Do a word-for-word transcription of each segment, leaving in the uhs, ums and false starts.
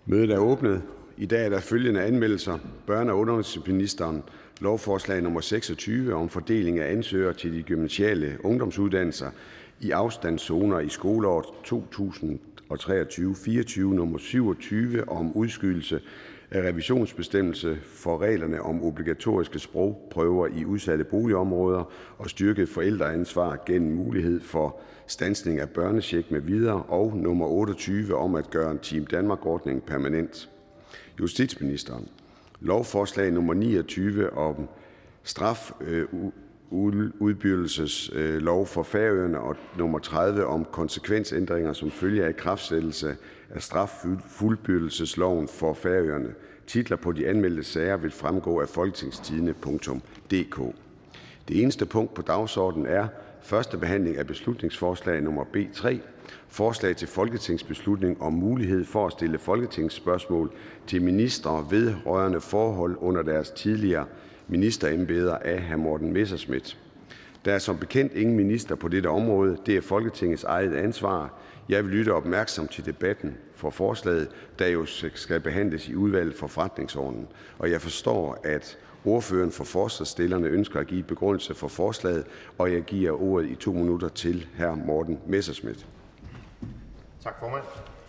Mødet er åbnet. I dag er der følgende anmeldelser. Børne- og undervisningsministeren lovforslag nummer seksogtyve om fordeling af ansøgere til de gymnasiale ungdomsuddannelser i afstandszoner i skoleåret to tusind og treogtyve til fireogtyve, nummer syvogtyve om udskydelse af revisionsbestemmelse for reglerne om obligatoriske sprogprøver i udsatte boligområder og styrket forældreansvar gennem mulighed for standsning af børnecheck med videre, og nummer otteogtyve om at gøre en Team Danmark-ordning permanent. Justitsministeren. Lovforslag nummer niogtyve om strafudbydelseslov for Færøerne og nummer tredive om konsekvensændringer som følge af ikraftsættelse af straffuldbyrdelsesloven for Færøerne. Titler på de anmeldte sager vil fremgå af folketingstidende punktum d k. Det eneste punkt på dagsordenen er første behandling af beslutningsforslag nummer B tre. Forslag til folketingsbeslutning om mulighed for at stille folketingsspørgsmål til ministre vedrørende forhold under deres tidligere ministerembeder af hr. Morten Messerschmidt. Der er som bekendt ingen minister på dette område. Det er Folketingets eget ansvar. Jeg vil lytte opmærksomt til debatten for forslaget, der jo skal behandles i udvalget for forretningsordenen. Og jeg forstår, at ordføreren for forslagsstillerne ønsker at give begrundelse for forslaget, og jeg giver ordet i to minutter til hr. Morten Messerschmidt. Tak, formand.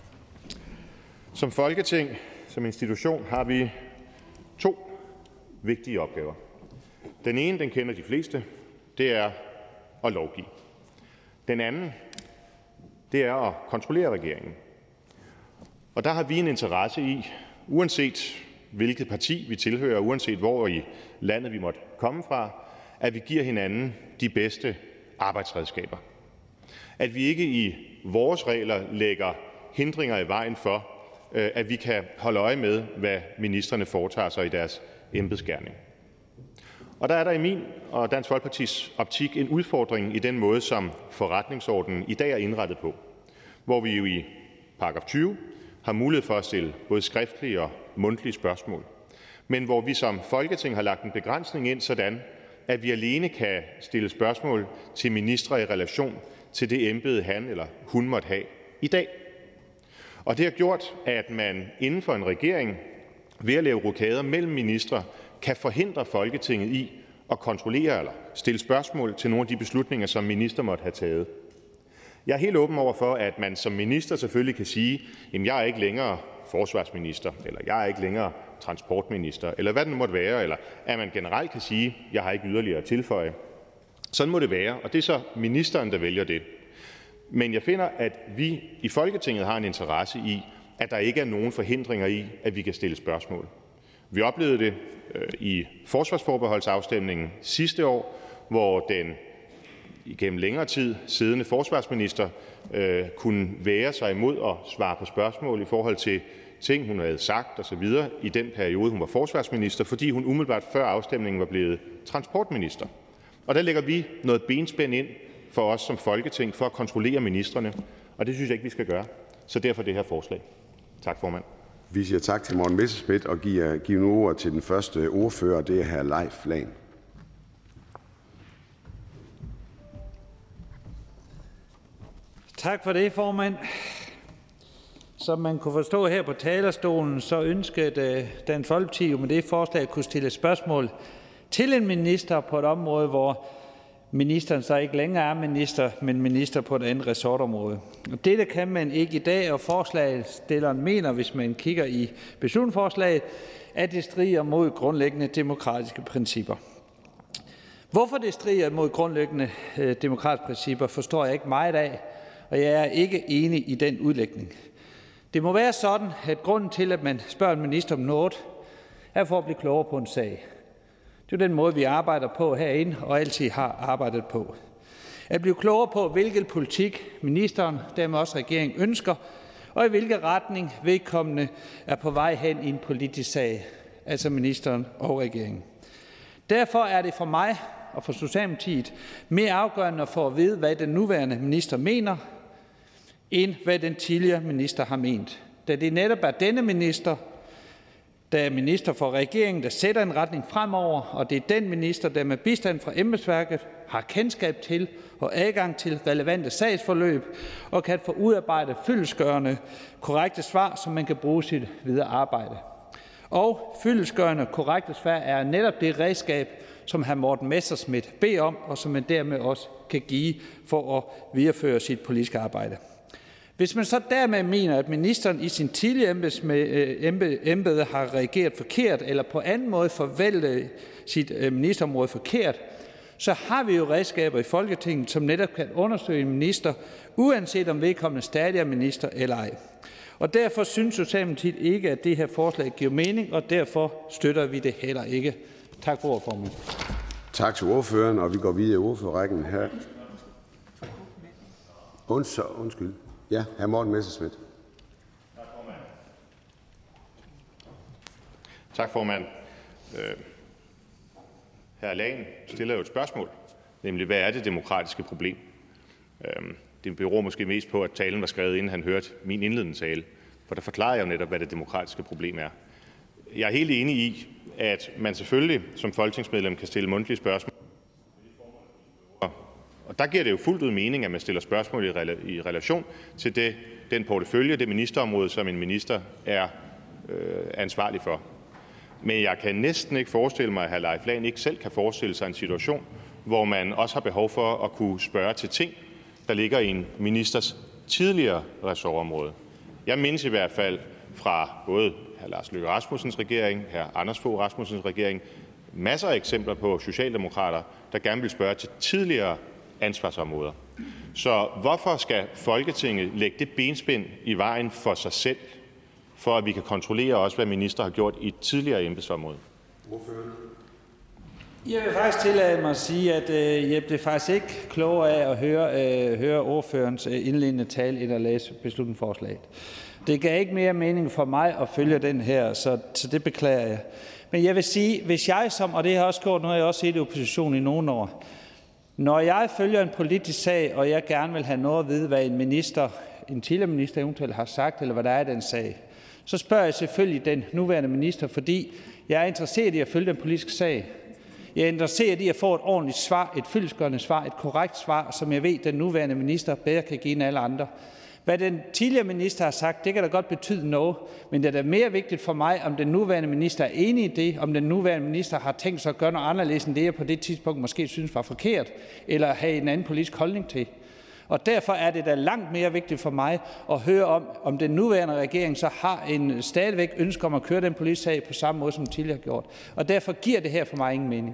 Som Folketing, som institution, har vi to vigtige opgaver. Den ene, den kender de fleste, det er at lovgive. Den anden, det er at kontrollere regeringen. Og der har vi en interesse i, uanset hvilket parti vi tilhører, uanset hvor i landet vi måtte komme fra, at vi giver hinanden de bedste arbejdsredskaber. At vi ikke i vores regler lægger hindringer i vejen for, at vi kan holde øje med, hvad ministerne foretager sig i deres embedsgerning. Og der er der i min og Dansk Folkepartis optik en udfordring i den måde, som forretningsordenen i dag er indrettet på, hvor vi jo i paragraf tyve har mulighed for at stille både skriftlige og mundtlige spørgsmål, men hvor vi som Folketing har lagt en begrænsning ind, sådan at vi alene kan stille spørgsmål til ministre i relation til det embede, han eller hun måtte have i dag. Og det har gjort, at man inden for en regering ved at lave rokader mellem ministre kan forhindre Folketinget i at kontrollere eller stille spørgsmål til nogle af de beslutninger, som minister måtte have taget. Jeg er helt åben over for, at man som minister selvfølgelig kan sige, at jeg er ikke længere forsvarsminister, eller jeg er ikke længere transportminister, eller hvad det måtte være, eller at man generelt kan sige, at jeg har ikke yderligere at tilføje. Sådan må det være, og det er så ministeren, der vælger det. Men jeg finder, at vi i Folketinget har en interesse i, at der ikke er nogen forhindringer i, at vi kan stille spørgsmål. Vi oplevede det øh, i forsvarsforbeholdsafstemningen sidste år, hvor den igennem længere tid siddende forsvarsminister øh, kunne være sig imod at svare på spørgsmål i forhold til ting, hun havde sagt osv. i den periode, hun var forsvarsminister, fordi hun umiddelbart før afstemningen var blevet transportminister. Og der lægger vi noget benspænd ind for os som Folketing for at kontrollere ministrene, og det synes jeg ikke, vi skal gøre. Så derfor det her forslag. Tak, formand. Vi siger tak til Morten Messerschmidt og giver, giver nu ordet til den første ordfører, det er hr. Leif Lahn. Tak for det, formand. Som man kunne forstå her på talerstolen, så ønskede Dansk Folkeparti jo med det forslag at kunne stille spørgsmål til en minister på et område, hvor ministeren så ikke længere er minister, men minister på et andet resortområde. Og dette kan man ikke i dag, og forslagsstilleren mener, hvis man kigger i beslutningsforslaget, at det strider mod grundlæggende demokratiske principper. Hvorfor det strider mod grundlæggende øh, demokratiske principper, forstår jeg ikke meget af, og jeg er ikke enig i den udlægning. Det må være sådan, at grunden til, at man spørger en minister om noget, er for at blive klogere på en sag. Det er den måde, vi arbejder på herinde, og altid har arbejdet på. At blive klogere på, hvilken politik ministeren, dermed også regeringen, ønsker, og i hvilken retning vedkommende er på vej hen i en politisk sag, altså ministeren og regeringen. Derfor er det for mig og for Socialdemokratiet mere afgørende at få at vide, hvad den nuværende minister mener, end hvad den tidligere minister har ment. Da det netop er denne minister, der er minister for regeringen, der sætter en retning fremover, og det er den minister, der med bistand fra embedsværket har kendskab til og adgang til relevante sagsforløb og kan få udarbejdet fyldestgørende korrekte svar, som man kan bruge sit videre arbejde. Og fyldestgørende korrekte svar er netop det redskab, som hr. Morten Messerschmidt beder om, og som man dermed også kan give for at videreføre sit politiske arbejde. Hvis man så dermed mener, at ministeren i sin tidligere embede har reageret forkert eller på anden måde forvaltet sit ministerområde forkert, så har vi jo redskaber i Folketinget, som netop kan undersøge en minister, uanset om vedkommende stadig er minister eller ej. Og derfor synes Socialdemokratiet ikke, at det her forslag giver mening, og derfor støtter vi det heller ikke. Tak for ordet, formand. Tak til ordføreren, og vi går videre i ordførerrækken her. Undskyld. Ja, hr. Morten Messerschmidt. Tak, formand. Tak, formand. Øh, hr. Lagen stiller jo et spørgsmål, nemlig hvad er det demokratiske problem? Øh, det beror måske mest på, at talen var skrevet, inden han hørte min indledende tale, for der forklarer jeg jo netop, hvad det demokratiske problem er. Jeg er helt enig i, at man selvfølgelig som folketingsmedlem kan stille mundtlige spørgsmål. Og der giver det jo fuldt ud mening, at man stiller spørgsmål i, rela- i relation til det, den portefølje, det ministerområde, som en minister er øh, ansvarlig for. Men jeg kan næsten ikke forestille mig, at hr. Leif Lahn ikke selv kan forestille sig en situation, hvor man også har behov for at kunne spørge til ting, der ligger i en ministers tidligere ressortområde. Jeg mindes i hvert fald fra både hr. Lars Løkke Rasmussens regering, hr. Anders Fogh Rasmussens regering, masser af eksempler på socialdemokrater, der gerne vil spørge til tidligere ansvarsområder. Så hvorfor skal Folketinget lægge det benspænd i vejen for sig selv, for at vi kan kontrollere også, hvad minister har gjort i et tidligere embedsområde? Jeg vil faktisk tillade mig at sige, at øh, jeg blev faktisk ikke klogere af at høre, øh, høre ordførerens øh, indledende tale, end at læse beslutningsforslaget. Det gav ikke mere mening for mig at følge den her, så, så det beklager jeg. Men jeg vil sige, hvis jeg som, og det har jeg også gjort, nu har jeg også set i opposition i nogle år, når jeg følger en politisk sag, og jeg gerne vil have noget at vide, hvad en minister, en tidligere minister eventuelt har sagt, eller hvad der er i den sag, så spørger jeg selvfølgelig den nuværende minister, fordi jeg er interesseret i at følge den politiske sag. Jeg er interesseret i at få et ordentligt svar, et fyldestgørende svar, et korrekt svar, som jeg ved, den nuværende minister bedre kan give end alle andre. Hvad den tidligere minister har sagt, det kan da godt betyde noget, men det er da mere vigtigt for mig, om den nuværende minister er enig i det, om den nuværende minister har tænkt sig at gøre noget anderledes end det, jeg på det tidspunkt måske synes var forkert, eller have en anden politisk holdning til. Og derfor er det da langt mere vigtigt for mig at høre om, om den nuværende regering så har en stadigvæk ønske om at køre den politiske sag på samme måde, som den tidligere har gjort. Og derfor giver det her for mig ingen mening.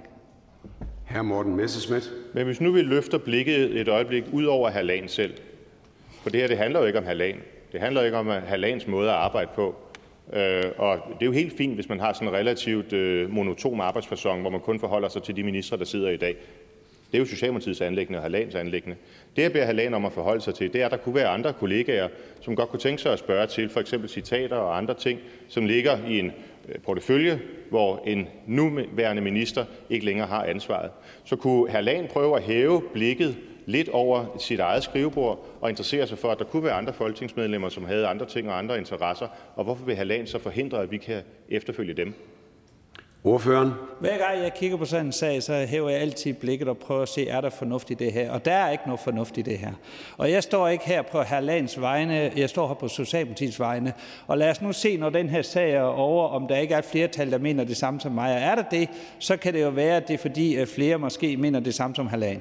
Hr. Morten Messerschmidt. Men hvis nu vi løfter blikket et øjeblik ud over hr. Lahn selv, for det her det handler jo ikke om hr. Lahn. Det handler ikke om hr. Lahns måde at arbejde på. Øh, og det er jo helt fint, hvis man har sådan en relativt øh, monotom arbejdsfacon, hvor man kun forholder sig til de ministre, der sidder i dag. Det er jo Socialdemokratiets anliggende og hr. Lahns anliggende. Det, jeg beder hr. Lahn om at forholde sig til, det er, at der kunne være andre kollegaer, som godt kunne tænke sig at spørge til for eksempel citater og andre ting, som ligger i en portefølje, hvor en nuværende minister ikke længere har ansvaret. Så kunne hr. Lahn prøve at hæve blikket lidt over sit eget skrivebord og interessere sig for, at der kunne være andre folketingsmedlemmer, som havde andre ting og andre interesser, og hvorfor vil hr. Lahn så forhindre, at vi kan efterfølge dem? Ordføreren. Hver gang jeg kigger på sådan en sag, så hæver jeg altid blikket og prøver at se, er der fornuft i det her? Og der er ikke noget fornuft i det her. Og jeg står ikke her på hr. Lahns vegne, jeg står her på Socialdemokratiets vegne. Og lad os nu se, når den her sag er over, om der ikke er et flertal, der mener det samme som mig. Og er der det, så kan det jo være, at det er fordi flere måske mener det samme som hr. Lahn.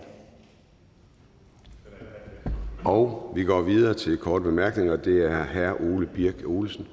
Og vi går videre til korte bemærkninger. Det er hr. Ole Birk Olesen.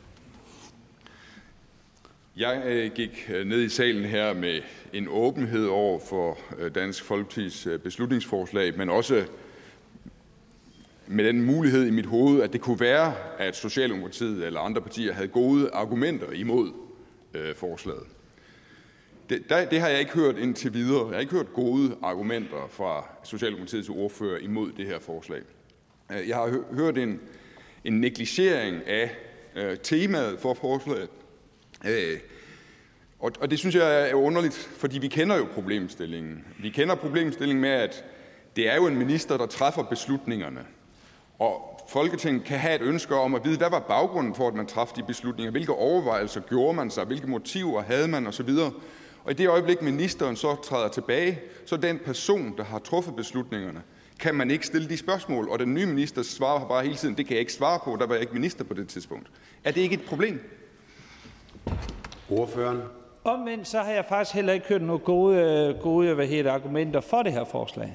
Jeg øh, gik ned i salen her med en åbenhed over for øh, Dansk Folkepartis øh, beslutningsforslag, men også med den mulighed i mit hoved, at det kunne være, at Socialdemokratiet eller andre partier havde gode argumenter imod øh, forslaget. Det, der, det har jeg ikke hørt indtil videre. Jeg har ikke hørt gode argumenter fra Socialdemokratiets ordfører imod det her forslag. Jeg har hø- hørt en, en negligering af øh, temaet for forslaget. Øh, og, og det synes jeg er underligt, fordi vi kender jo problemstillingen. Vi kender problemstillingen med, at det er jo en minister, der træffer beslutningerne. Og Folketinget kan have et ønske om at vide, hvad var baggrunden for, at man traf de beslutninger, hvilke overvejelser gjorde man sig, hvilke motiver havde man osv. Og i det øjeblik, ministeren så træder tilbage, så den person, der har truffet beslutningerne, kan man ikke stille de spørgsmål, og den nye minister svarer bare hele tiden, det kan jeg ikke svare på, der var jeg ikke minister på det tidspunkt. Er det ikke et problem? Ordføreren. Omvendt så har jeg faktisk heller ikke hørt nogle gode, gode hvad hedder, argumenter for det her forslag.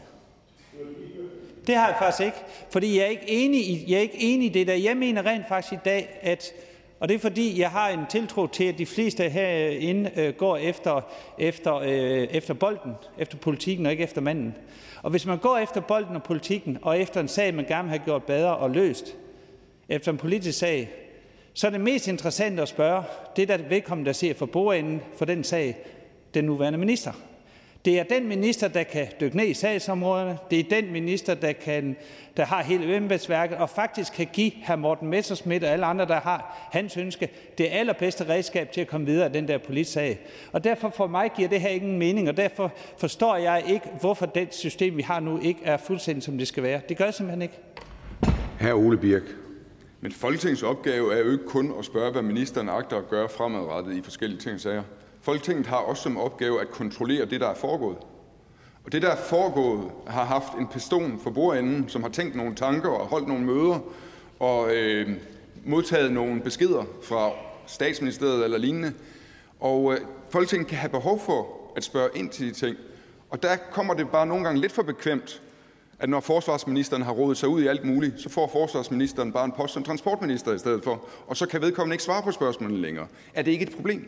Det har jeg faktisk ikke, fordi jeg er ikke enig i, jeg er ikke enig i det der. Jeg mener rent faktisk i dag, at, og det er fordi, jeg har en tiltro til, at de fleste herinde øh, går efter, efter, øh, efter bolden, efter politikken og ikke efter manden. Og hvis man går efter bolden og politikken, og efter en sag, man gerne vil have gjort bedre og løst, efter en politisk sag, så er det mest interessante at spørge, det der vedkommende, der ser for bordenden for den sag, den nuværende minister. Det er den minister, der kan dykke ned i sagsområderne. Det er den minister, der, kan, der har hele embedsværket, og faktisk kan give hr. Morten Messerschmidt og alle andre, der har hans ønske, det allerbedste redskab til at komme videre af den der politiske sag. Og derfor for mig giver det her ingen mening, og derfor forstår jeg ikke, hvorfor det system, vi har nu, ikke er fuldstændig, som det skal være. Det gør jeg simpelthen ikke. Hr. Ole Birk. Men Folketingets opgave er jo ikke kun at spørge, hvad ministeren agter at gøre fremadrettet i forskellige ting og sager. Folketinget har også som opgave at kontrollere det, der er foregået. Og det, der er foregået, har haft en person for bordenden, som har tænkt nogle tanker og holdt nogle møder og øh, modtaget nogle beskeder fra statsministeriet eller lignende. Og øh, Folketinget kan have behov for at spørge ind til de ting. Og der kommer det bare nogle gange lidt for bekvemt, at når forsvarsministeren har rodet sig ud i alt muligt, så får forsvarsministeren bare en post som transportminister i stedet for, og så kan vedkommende ikke svare på spørgsmålene længere. Er det ikke et problem?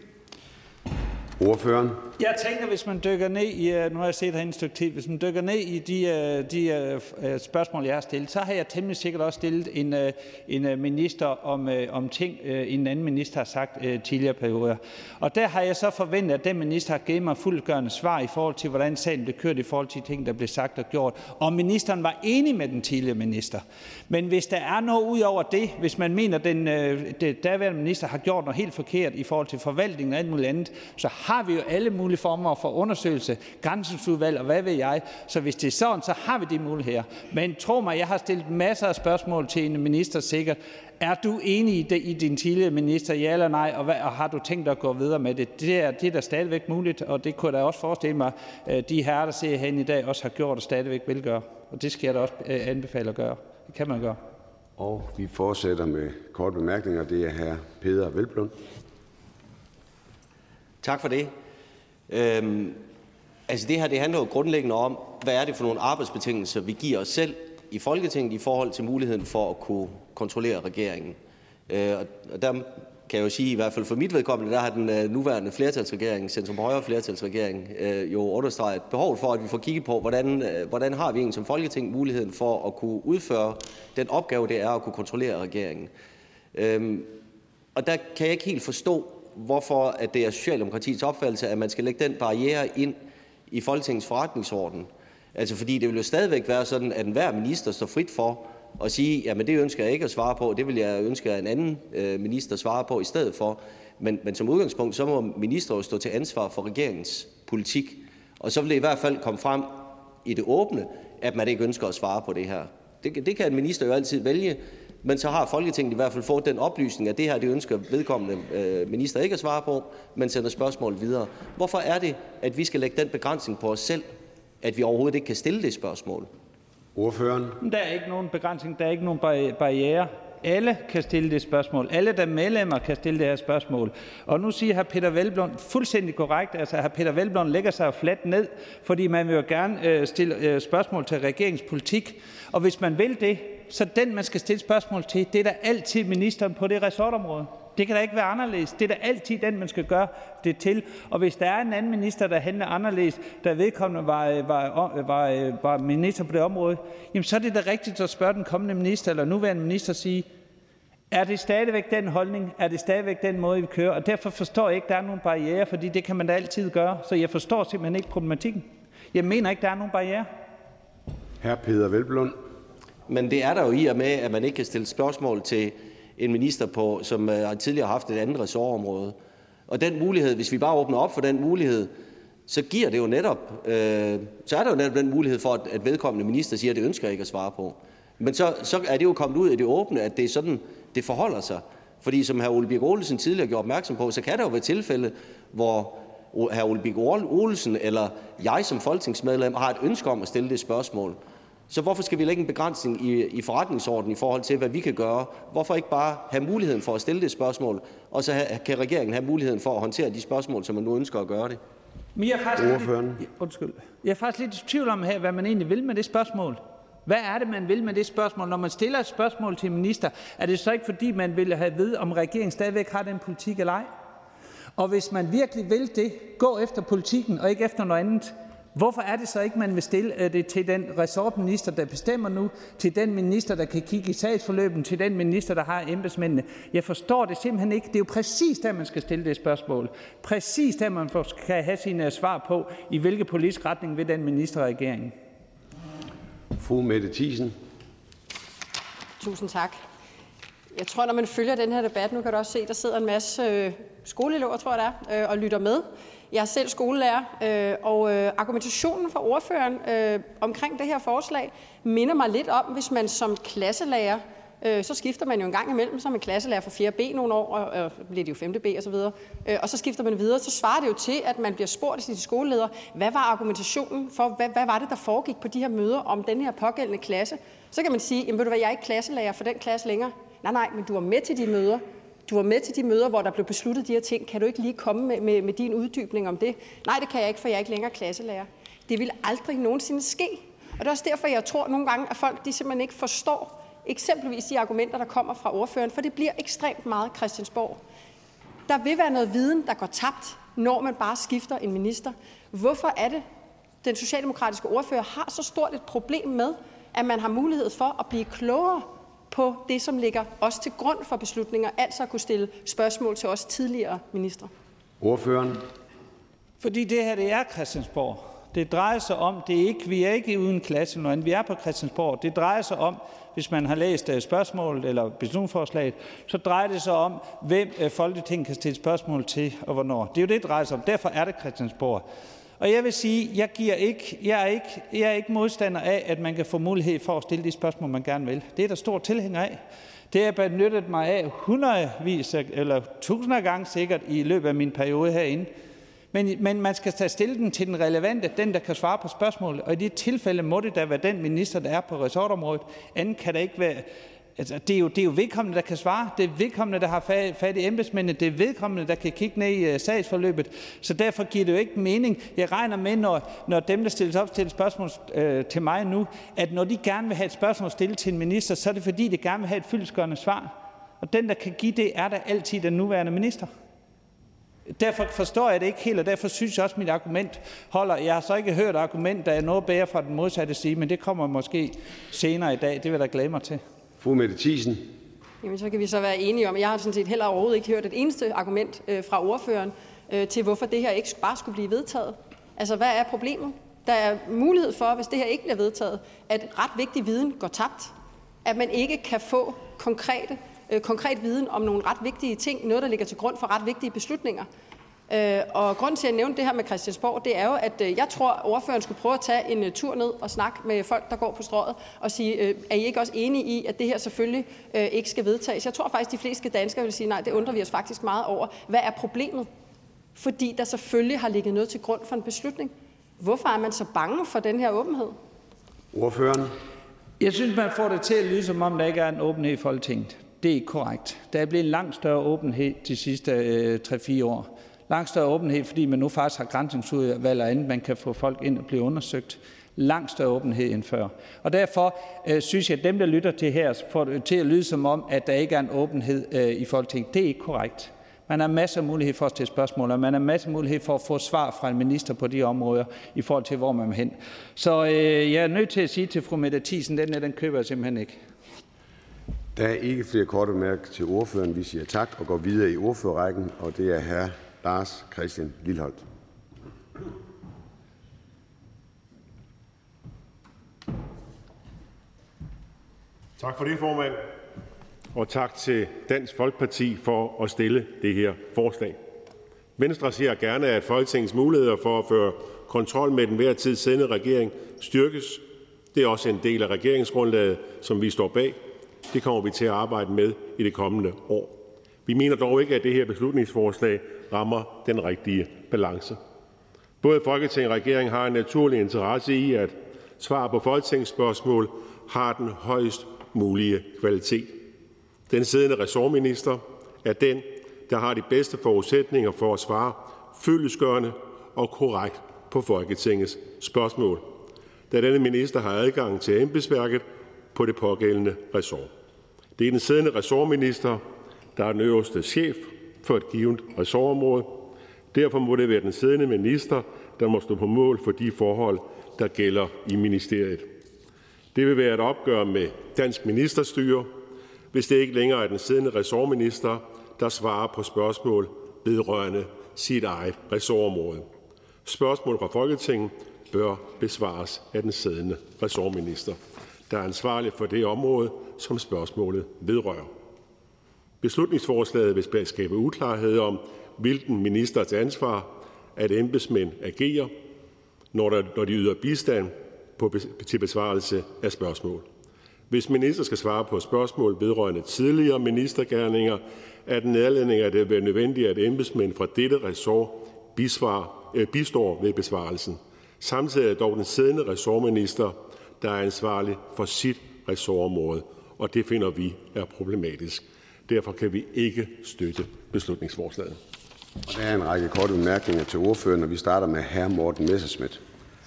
Ordføreren. Jeg tænker, hvis man dykker ned i, nu har jeg set herinde et stykke tid, hvis man dykker ned i de, de uh, spørgsmål, jeg har stillet, så har jeg temmelig sikkert også stillet en, uh, en minister om, uh, om ting, uh, en anden minister har sagt uh, tidligere perioder. Og der har jeg så forventet, at den minister har givet mig fuldgørende svar i forhold til, hvordan sagen blev kørt, i forhold til de ting, der blev sagt og gjort. Og ministeren var enig med den tidligere minister. Men hvis der er noget ud over det, hvis man mener, at den, uh, den daværende minister har gjort noget helt forkert i forhold til forvaltningen og alt muligt andet, så har vi jo alle mulige former for undersøgelse, granskningsudvalg og hvad ved jeg. Så hvis det er sådan, så har vi de muligheder. Men tro mig, jeg har stillet masser af spørgsmål til en minister sikkert. Er du enig i, det, i din tidligere minister, ja eller nej, og, hvad, og har du tænkt dig at gå videre med det? Det er, det er da stadigvæk muligt, og det kunne jeg da også forestille mig, at de herrer, der ser herinde i dag, også har gjort og stadigvæk vil gøre. Og det skal jeg da også anbefale at gøre. Det kan man gøre. Og vi fortsætter med korte bemærkninger. Det er hr. Peder Hvelplund. Tak for det. Øhm, altså det her, det handler jo grundlæggende om, hvad er det for nogle arbejdsbetingelser, vi giver os selv i Folketinget i forhold til muligheden for at kunne kontrollere regeringen. Øh, og der kan jeg jo sige, i hvert fald for mit vedkommende, der har den øh, nuværende flertalsregering, centrum højre flertalsregering, øh, jo understreget behovet for, at vi får kigget på, hvordan, øh, hvordan har vi egentlig som Folketing muligheden for at kunne udføre den opgave, det er at kunne kontrollere regeringen. Øh, og der kan jeg ikke helt forstå, hvorfor at det er Socialdemokratiets opfattelse, at man skal lægge den barriere ind i Folketingets forretningsorden. Altså fordi det vil jo stadigvæk være sådan, at enhver minister står frit for at sige, jamen det ønsker jeg ikke at svare på, det vil jeg ønske, at en anden øh, minister svarer på i stedet for. Men, men som udgangspunkt, så må minister jo stå til ansvar for regeringens politik. Og så vil det i hvert fald komme frem i det åbne, at man ikke ønsker at svare på det her. Det, det kan en minister jo altid vælge. Men så har Folketinget i hvert fald fået den oplysning, at det her det ønsker vedkommende øh, minister ikke at svare på, men sender spørgsmål videre. Hvorfor er det, at vi skal lægge den begrænsning på os selv, at vi overhovedet ikke kan stille det spørgsmål? Ordføreren. Der er ikke nogen begrænsning, der er ikke nogen barriere. Alle kan stille det spørgsmål. Alle, der medlemmer, kan stille det her spørgsmål. Og nu siger hr. Peter Hvelplund fuldstændig korrekt, altså hr. Peter Hvelplund lægger sig fladt ned, fordi man vil jo gerne øh, stille øh, spørgsmål til regeringspolitik. Og hvis man vil det, så den, man skal stille spørgsmål til, det er da altid ministeren på det resortområde. Det kan da ikke være anderledes. Det er da altid den, man skal gøre det til. Og hvis der er en anden minister, der handler anderledes, der vedkommende var, var, var, var minister på det område, jamen så er det da rigtigt at spørge den kommende minister eller nuværende minister og sige, er det stadigvæk den holdning? Er det stadigvæk den måde, vi kører? Og derfor forstår jeg ikke, at der er nogen barriere, fordi det kan man da altid gøre. Så jeg forstår simpelthen ikke problematikken. Jeg mener ikke, der er nogen barriere. Hr. Peder Hvelplund. Men det er der jo i og med, at man ikke kan stille spørgsmål til en minister, på, som uh, tidligere har haft et andet ressortområde. Og den mulighed, hvis vi bare åbner op for den mulighed, så giver det jo netop, øh, så er der jo netop den mulighed for, at, at vedkommende minister siger, at det ønsker ikke at svare på. Men så, så er det jo kommet ud i det åbne, at det er sådan, det forholder sig. Fordi som hr. Ole Birk Olesen tidligere gjorde opmærksom på, så kan der jo være tilfælde, hvor hr. Ole Birk Olesen eller jeg som folketingsmedlem har et ønske om at stille det spørgsmål. Så hvorfor skal vi lægge en begrænsning i, i forretningsordenen i forhold til, hvad vi kan gøre? Hvorfor ikke bare have muligheden for at stille det spørgsmål, og så have, kan regeringen have muligheden for at håndtere de spørgsmål, som man nu ønsker at gøre det? Men jeg er faktisk, lidt, undskyld. Jeg er faktisk lidt i tvivl om her, hvad man egentlig vil med det spørgsmål. Hvad er det, man vil med det spørgsmål? Når man stiller et spørgsmål til en minister, er det så ikke fordi, man vil have at vide, om regeringen stadigvæk har den politik eller ej? Og hvis man virkelig vil det, gå efter politikken og ikke efter noget andet, hvorfor er det så ikke, man vil stille det til den ressortminister, der bestemmer nu, til den minister, der kan kigge i sagsforløbet, til den minister, der har embedsmændene? Jeg forstår det simpelthen ikke. Det er jo præcis der, man skal stille det spørgsmål. Præcis der, man skal have sine svar på, i hvilke politisk retning vil den minister og regeringen. Fru Mette Thiesen. Tusind tak. Jeg tror, når man følger den her debat, nu kan du også se, der sidder en masse øh, skoleelever, tror jeg der, øh, og lytter med. Jeg er selv skolelærer, øh, og øh, argumentationen for ordføreren øh, omkring det her forslag minder mig lidt om, hvis man som klasselærer, øh, så skifter man jo en gang imellem, så er man klasselærer for fjerde B nogle år, og øh, bliver det jo femte B og så videre, øh, og så skifter man videre, så svarer det jo til, at man bliver spurgt af sine skoleledere, hvad var argumentationen for, hvad, hvad var det, der foregik på de her møder om den her pågældende klasse? Så kan man sige, jamen ved du hvad, jeg er ikke klasselærer for den klasse længere. Nej, nej, men du var med til de møder. Du var med til de møder, hvor der blev besluttet de her ting. Kan du ikke lige komme med, med, med din uddybning om det? Nej, det kan jeg ikke, for jeg er ikke længere klasselærer. Det vil aldrig nogensinde ske. Og det er også derfor, jeg tror nogle gange, at folk de simpelthen ikke forstår eksempelvis de argumenter, der kommer fra ordføreren, for det bliver ekstremt meget Christiansborg. Der vil være noget viden, der går tabt, når man bare skifter en minister. Hvorfor er det, den socialdemokratiske ordfører har så stort et problem med, at man har mulighed for at blive klogere på det, som ligger også til grund for beslutninger, altså at kunne stille spørgsmål til os tidligere ministre? Ordføreren. Fordi det her, det er Christiansborg. Det drejer sig om, det er ikke, vi er ikke uden klasse, når vi er på Christiansborg. Det drejer sig om, hvis man har læst spørgsmålet eller beslutningsforslaget, så drejer det sig om, hvem Folketinget kan stille spørgsmål til og hvornår. Det er jo det, det drejer sig om. Derfor er det Christiansborg. Og jeg vil sige, jeg, giver ikke, jeg, er ikke, jeg er ikke modstander af, at man kan få mulighed for at stille de spørgsmål, man gerne vil. Det er der stor tilhænger af. Det har jeg benyttet mig af hundredvis eller tusinder gange sikkert i løbet af min periode herinde. Men, men man skal tage stille den til den relevante, den der kan svare på spørgsmålet. Og i det tilfælde må det da være den minister, der er på resortområdet. Anden kan der ikke være. Altså, det, er jo, det er jo vedkommende, der kan svare. Det er vedkommende, der har fat i embedsmændene. Det er vedkommende, der kan kigge ned i uh, sagsforløbet. Så derfor giver det jo ikke mening. Jeg regner med, når, når dem, der stilles op til et spørgsmål øh, til mig nu, at når de gerne vil have et spørgsmål stillet til en minister, så er det fordi, de gerne vil have et fyldestgørende svar. Og den, der kan give det, er der altid den nuværende minister. Derfor forstår jeg det ikke helt, og derfor synes jeg også, at mit argument holder. Jeg har så ikke hørt argument, der er noget bedre fra den modsatte side, men det kommer måske senere i dag. Det vil jeg da glæde mig til. Fru Mette Thiesen. Jamen, så kan vi så være enige om, jeg har sådan set heller overhovedet ikke hørt et eneste argument øh, fra ordføreren øh, til, hvorfor det her ikke bare skulle blive vedtaget. Altså, hvad er problemet? Der er mulighed for, hvis det her ikke bliver vedtaget, at ret vigtig viden går tabt. At man ikke kan få konkrete, øh, konkret viden om nogle ret vigtige ting, noget, der ligger til grund for ret vigtige beslutninger. Øh, og grunden til at nævne det her med Christiansborg, det er jo, at øh, jeg tror, at ordføreren skulle prøve at tage en uh, tur ned og snakke med folk, der går på strøget, og sige, øh, er I ikke også enige i, at det her selvfølgelig øh, ikke skal vedtages? Jeg tror faktisk, de fleste danskere vil sige, nej, det undrer vi os faktisk meget over. Hvad er problemet? Fordi der selvfølgelig har ligget noget til grund for en beslutning. Hvorfor er man så bange for den her åbenhed? Ordføreren. Jeg synes, man får det til at lyde, som om der ikke er en åbenhed i Folketinget. Det er ikke korrekt. Der er blevet en langt større åbenhed de sidste øh, tre fire år. Langt større åbenhed, fordi man nu faktisk har granskningsudvalg og andet, man kan få folk ind og blive undersøgt. Langt større åbenhed end før. Og derfor øh, synes jeg, at dem, der lytter til her, får det til at lyde som om, at der ikke er en åbenhed øh, i Folketinget. Det er ikke korrekt. Man har masser af mulighed for at stille spørgsmål, og man har masser af mulighed for at få svar fra en minister på de områder, i forhold til, hvor man er hen. Så øh, jeg er nødt til at sige til fru Mette Thiesen, den, den køber jeg simpelthen ikke. Der er ikke flere korte bemærkninger til ordføreren. Vi siger tak og går videre i ordførerrækken, og det er hr. Lars Christian Lilleholt. Tak for det, formand, og tak til Dansk Folkeparti for at stille det her forslag. Venstre ser gerne, at Folketingets muligheder for at føre kontrol med den hver tid siddende regering styrkes. Det er også en del af regeringsgrundlaget, som vi står bag. Det kommer vi til at arbejde med i det kommende år. Vi mener dog ikke, at det her beslutningsforslag rammer den rigtige balance. Både Folketinget og regeringen har en naturlig interesse i, at svar på folketingsspørgsmål har den højst mulige kvalitet. Den siddende ressortminister er den, der har de bedste forudsætninger for at svare fyldestgørende og korrekt på Folketingets spørgsmål, da denne minister har adgang til embedsværket på det pågældende ressort. Det er den siddende ressortminister, der er den øverste chef for et givet ressortområde. Derfor må det være den siddende minister, der må stå på mål for de forhold, der gælder i ministeriet. Det vil være et opgør med dansk ministerstyre, hvis det ikke længere er den siddende ressortminister, der svarer på spørgsmål vedrørende sit eget ressortområde. Spørgsmål fra Folketinget bør besvares af den siddende ressortminister, der er ansvarlig for det område, som spørgsmålet vedrører. Beslutningsforslaget vil skabe uklarhed om, hvilken ministers ansvar at embedsmænd agerer, når, der, når de yder bistand på, til besvarelse af spørgsmål. Hvis minister skal svare på spørgsmål vedrørende tidligere ministergerninger, er den nærledning, at det vil nødvendigt, at embedsmænd fra dette ressort bisvar, øh, bistår ved besvarelsen. Samtidig er dog den siddende ressortminister, der er ansvarlig for sit ressortområde, og det finder vi er problematisk. Derfor kan vi ikke støtte beslutningsforslaget. Og der er en række korte bemærkninger til ordføreren, og vi starter med hr. Morten Messerschmidt.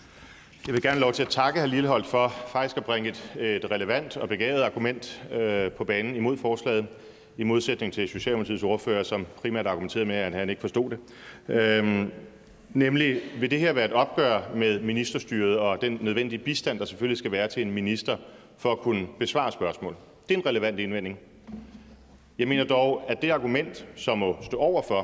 Jeg vil gerne lov til at takke hr. Lilleholt for faktisk at bringe et, et relevant og begavet argument øh, på banen imod forslaget, i modsætning til Socialdemokratiets ordfører, som primært argumenterede med, at han ikke forstod det. Øhm, nemlig, vil det her være et opgør med ministerstyret og den nødvendige bistand, der selvfølgelig skal være til en minister for at kunne besvare spørgsmål? Det er en relevant indvending. Jeg mener dog, at det argument, som må stå overfor,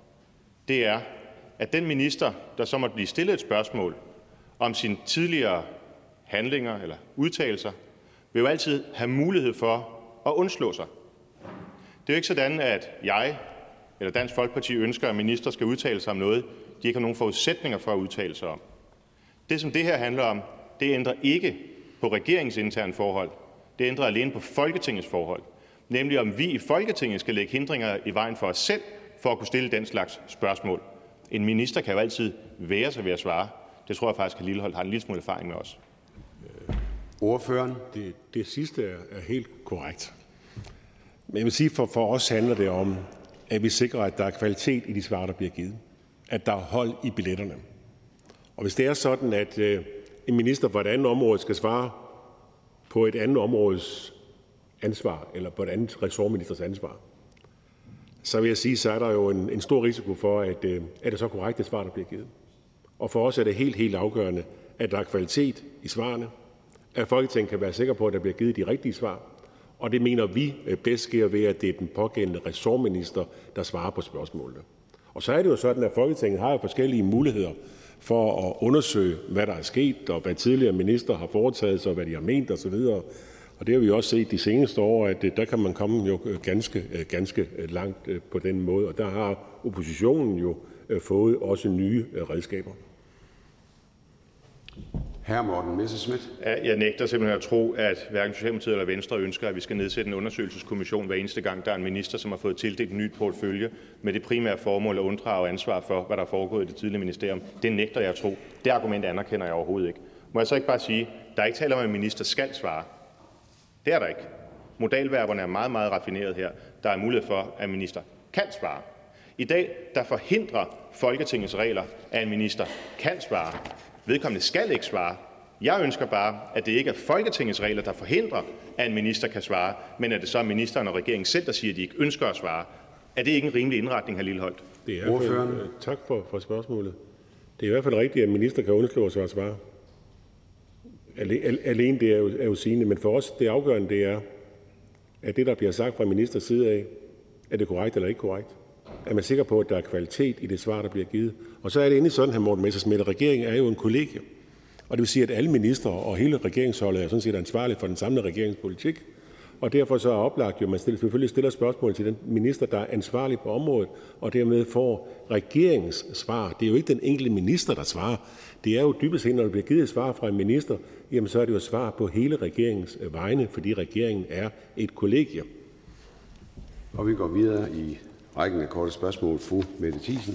det er, at den minister, der så måtte blive stillet et spørgsmål om sine tidligere handlinger eller udtalelser, vil jo altid have mulighed for at undslå sig. Det er jo ikke sådan, at jeg eller Dansk Folkeparti ønsker, at minister skal udtale sig om noget, de ikke har nogen forudsætninger for at udtale sig om. Det, som det her handler om, det ændrer ikke på regeringens interne forhold. Det ændrer alene på Folketingets forhold. Nemlig om vi i Folketinget skal lægge hindringer i vejen for os selv, for at kunne stille den slags spørgsmål. En minister kan jo altid være sig ved at svare. Det tror jeg faktisk, at Lilleholt har en lille smule erfaring med os. Ordføreren. Det, det sidste er, er helt korrekt. Men jeg vil sige, for, for os handler det om, at vi sikrer, at der er kvalitet i de svar, der bliver givet. At der er hold i billetterne. Og hvis det er sådan, at øh, en minister på et andet område skal svare på et andet områdes ansvar, eller på et andet ressortministers ansvar, så vil jeg sige, så er der jo en, en stor risiko for, at øh, er det så korrekt det svar, der bliver givet. Og for os er det helt, helt afgørende, at der er kvalitet i svarene, at Folketinget kan være sikker på, at der bliver givet de rigtige svar, og det mener vi bedst sker ved, at det er den pågældende ressortminister, der svarer på spørgsmålene. Og så er det jo sådan, at Folketinget har jo forskellige muligheder for at undersøge, hvad der er sket, og hvad tidligere minister har foretaget sig, og hvad de har ment osv. Og det har vi jo også set de seneste år, at der kan man komme jo ganske, ganske langt på den måde, og der har oppositionen jo fået også nye redskaber. Hr. Morten Messerschmidt. Jeg nægter simpelthen at tro, at hverken Socialdemokratiet eller Venstre ønsker, at vi skal nedsætte en undersøgelseskommission hver eneste gang, der er en minister, som har fået tildelt en ny portefølje med det primære formål at unddrage ansvar for, hvad der er foregået i det tidligere ministerium. Det nægter jeg at tro. Det argument anerkender jeg overhovedet ikke. Må jeg så ikke bare sige, der er ikke tale om, at en minister skal svare. Det er der ikke. Modalverberne er meget, meget raffineret her. Der er mulighed for, at en minister kan svare. I dag, der forhindrer Folketingets regler, at en minister kan svare. Vedkommende skal ikke svare. Jeg ønsker bare, at det ikke er Folketingets regler, der forhindrer, at en minister kan svare, men at det så er ministeren og regeringen selv, der siger, at de ikke ønsker at svare. Er det ikke en rimelig indretning, hr. Lilleholt? Det er Ordføreren. Fald, tak for, for spørgsmålet. Det er i hvert fald rigtigt, at en minister kan undslå sig at svare. Alene det er jo, er jo sigende, men for os det afgørende det er, at det, der bliver sagt fra ministers side af, er det korrekt eller ikke korrekt? Er man sikker på, at der er kvalitet i det svar, der bliver givet? Og så er det endelig sådan, hr. Morten Messerschmidt, at regeringen er jo en kollegie. Og det vil sige, at alle ministre og hele regeringsholdet er sådan set ansvarlige for den samlede regeringspolitik. og derfor så er oplagt jo, at man stiller, selvfølgelig stiller spørgsmål til den minister, der er ansvarlig på området, og dermed får regeringens svar. Det er jo ikke den enkelte minister, der svarer. Det er jo dybest set, når der bliver givet et svar fra en minister, jamen så er det jo svar på hele regeringens vegne, fordi regeringen er et kollegie. Og vi går videre i rækken af korte spørgsmål. Fru Mette Thiesen.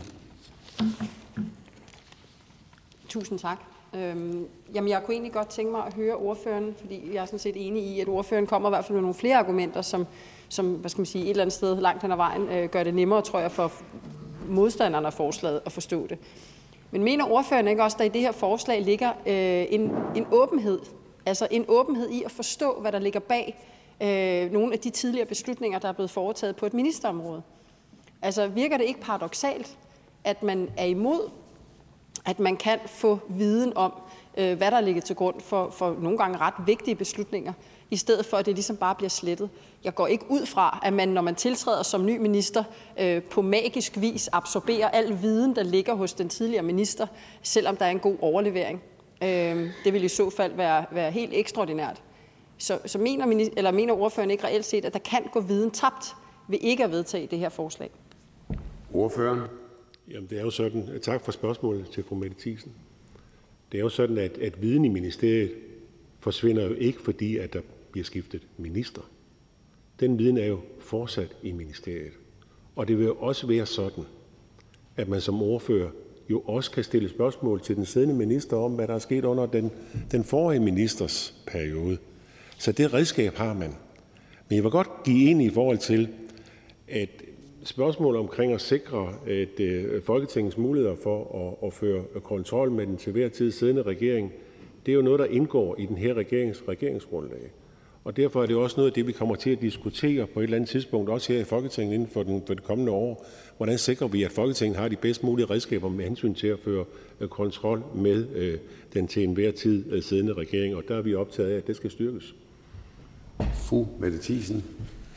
Tusind tak. Øhm, jamen, jeg kunne egentlig godt tænke mig at høre ordføreren, fordi jeg er sådan set enig i, at ordføreren kommer i hvert fald med nogle flere argumenter, som, som hvad skal man sige, et eller andet sted langt hen ad vejen øh, gør det nemmere, tror jeg, for modstanderne af forslaget at forstå det. Men mener ordføreren ikke også, at der i det her forslag ligger øh, en, en åbenhed, altså en åbenhed i at forstå, hvad der ligger bag øh, nogle af de tidligere beslutninger, der er blevet foretaget på et ministerområde? Altså virker det ikke paradoksalt, at man er imod, at man kan få viden om, øh, hvad der ligger til grund for, for nogle gange ret vigtige beslutninger, i stedet for, at det ligesom bare bliver slettet. Jeg går ikke ud fra, at man, når man tiltræder som ny minister, øh, på magisk vis absorberer al viden, der ligger hos den tidligere minister, selvom der er en god overlevering. Øh, det vil i så fald være, være helt ekstraordinært. Så, så mener, eller mener ordføreren ikke reelt set, at der kan gå viden tabt ved ikke at vedtage det her forslag? Ordføreren. Jamen, det er jo sådan, tak for spørgsmålet til fru Mette Thiesen. Det er jo sådan, at, at viden i ministeriet forsvinder jo ikke, fordi at der bliver skiftet minister. Den viden er jo fortsat i ministeriet. Og det vil jo også være sådan, at man som ordfører jo også kan stille spørgsmål til den siddende minister om, hvad der er sket under den, den forrige ministers periode. Så det redskab har man. Men jeg vil godt give ind i forhold til, at spørgsmålet omkring at sikre at, øh, Folketingets muligheder for at, at føre kontrol med den til hver tid siddende regering, det er jo noget, der indgår i den her regerings regeringsgrundlag. Og derfor er det også noget af det, vi kommer til at diskutere på et eller andet tidspunkt, også her i Folketinget inden for, den, for det kommende år. Hvordan sikrer vi, at Folketinget har de bedst mulige redskaber med hensyn til at føre øh, kontrol med øh, den til enhver tid øh, siddende regering, og der er vi optaget af, at det skal styrkes. Fru Mette Thiesen.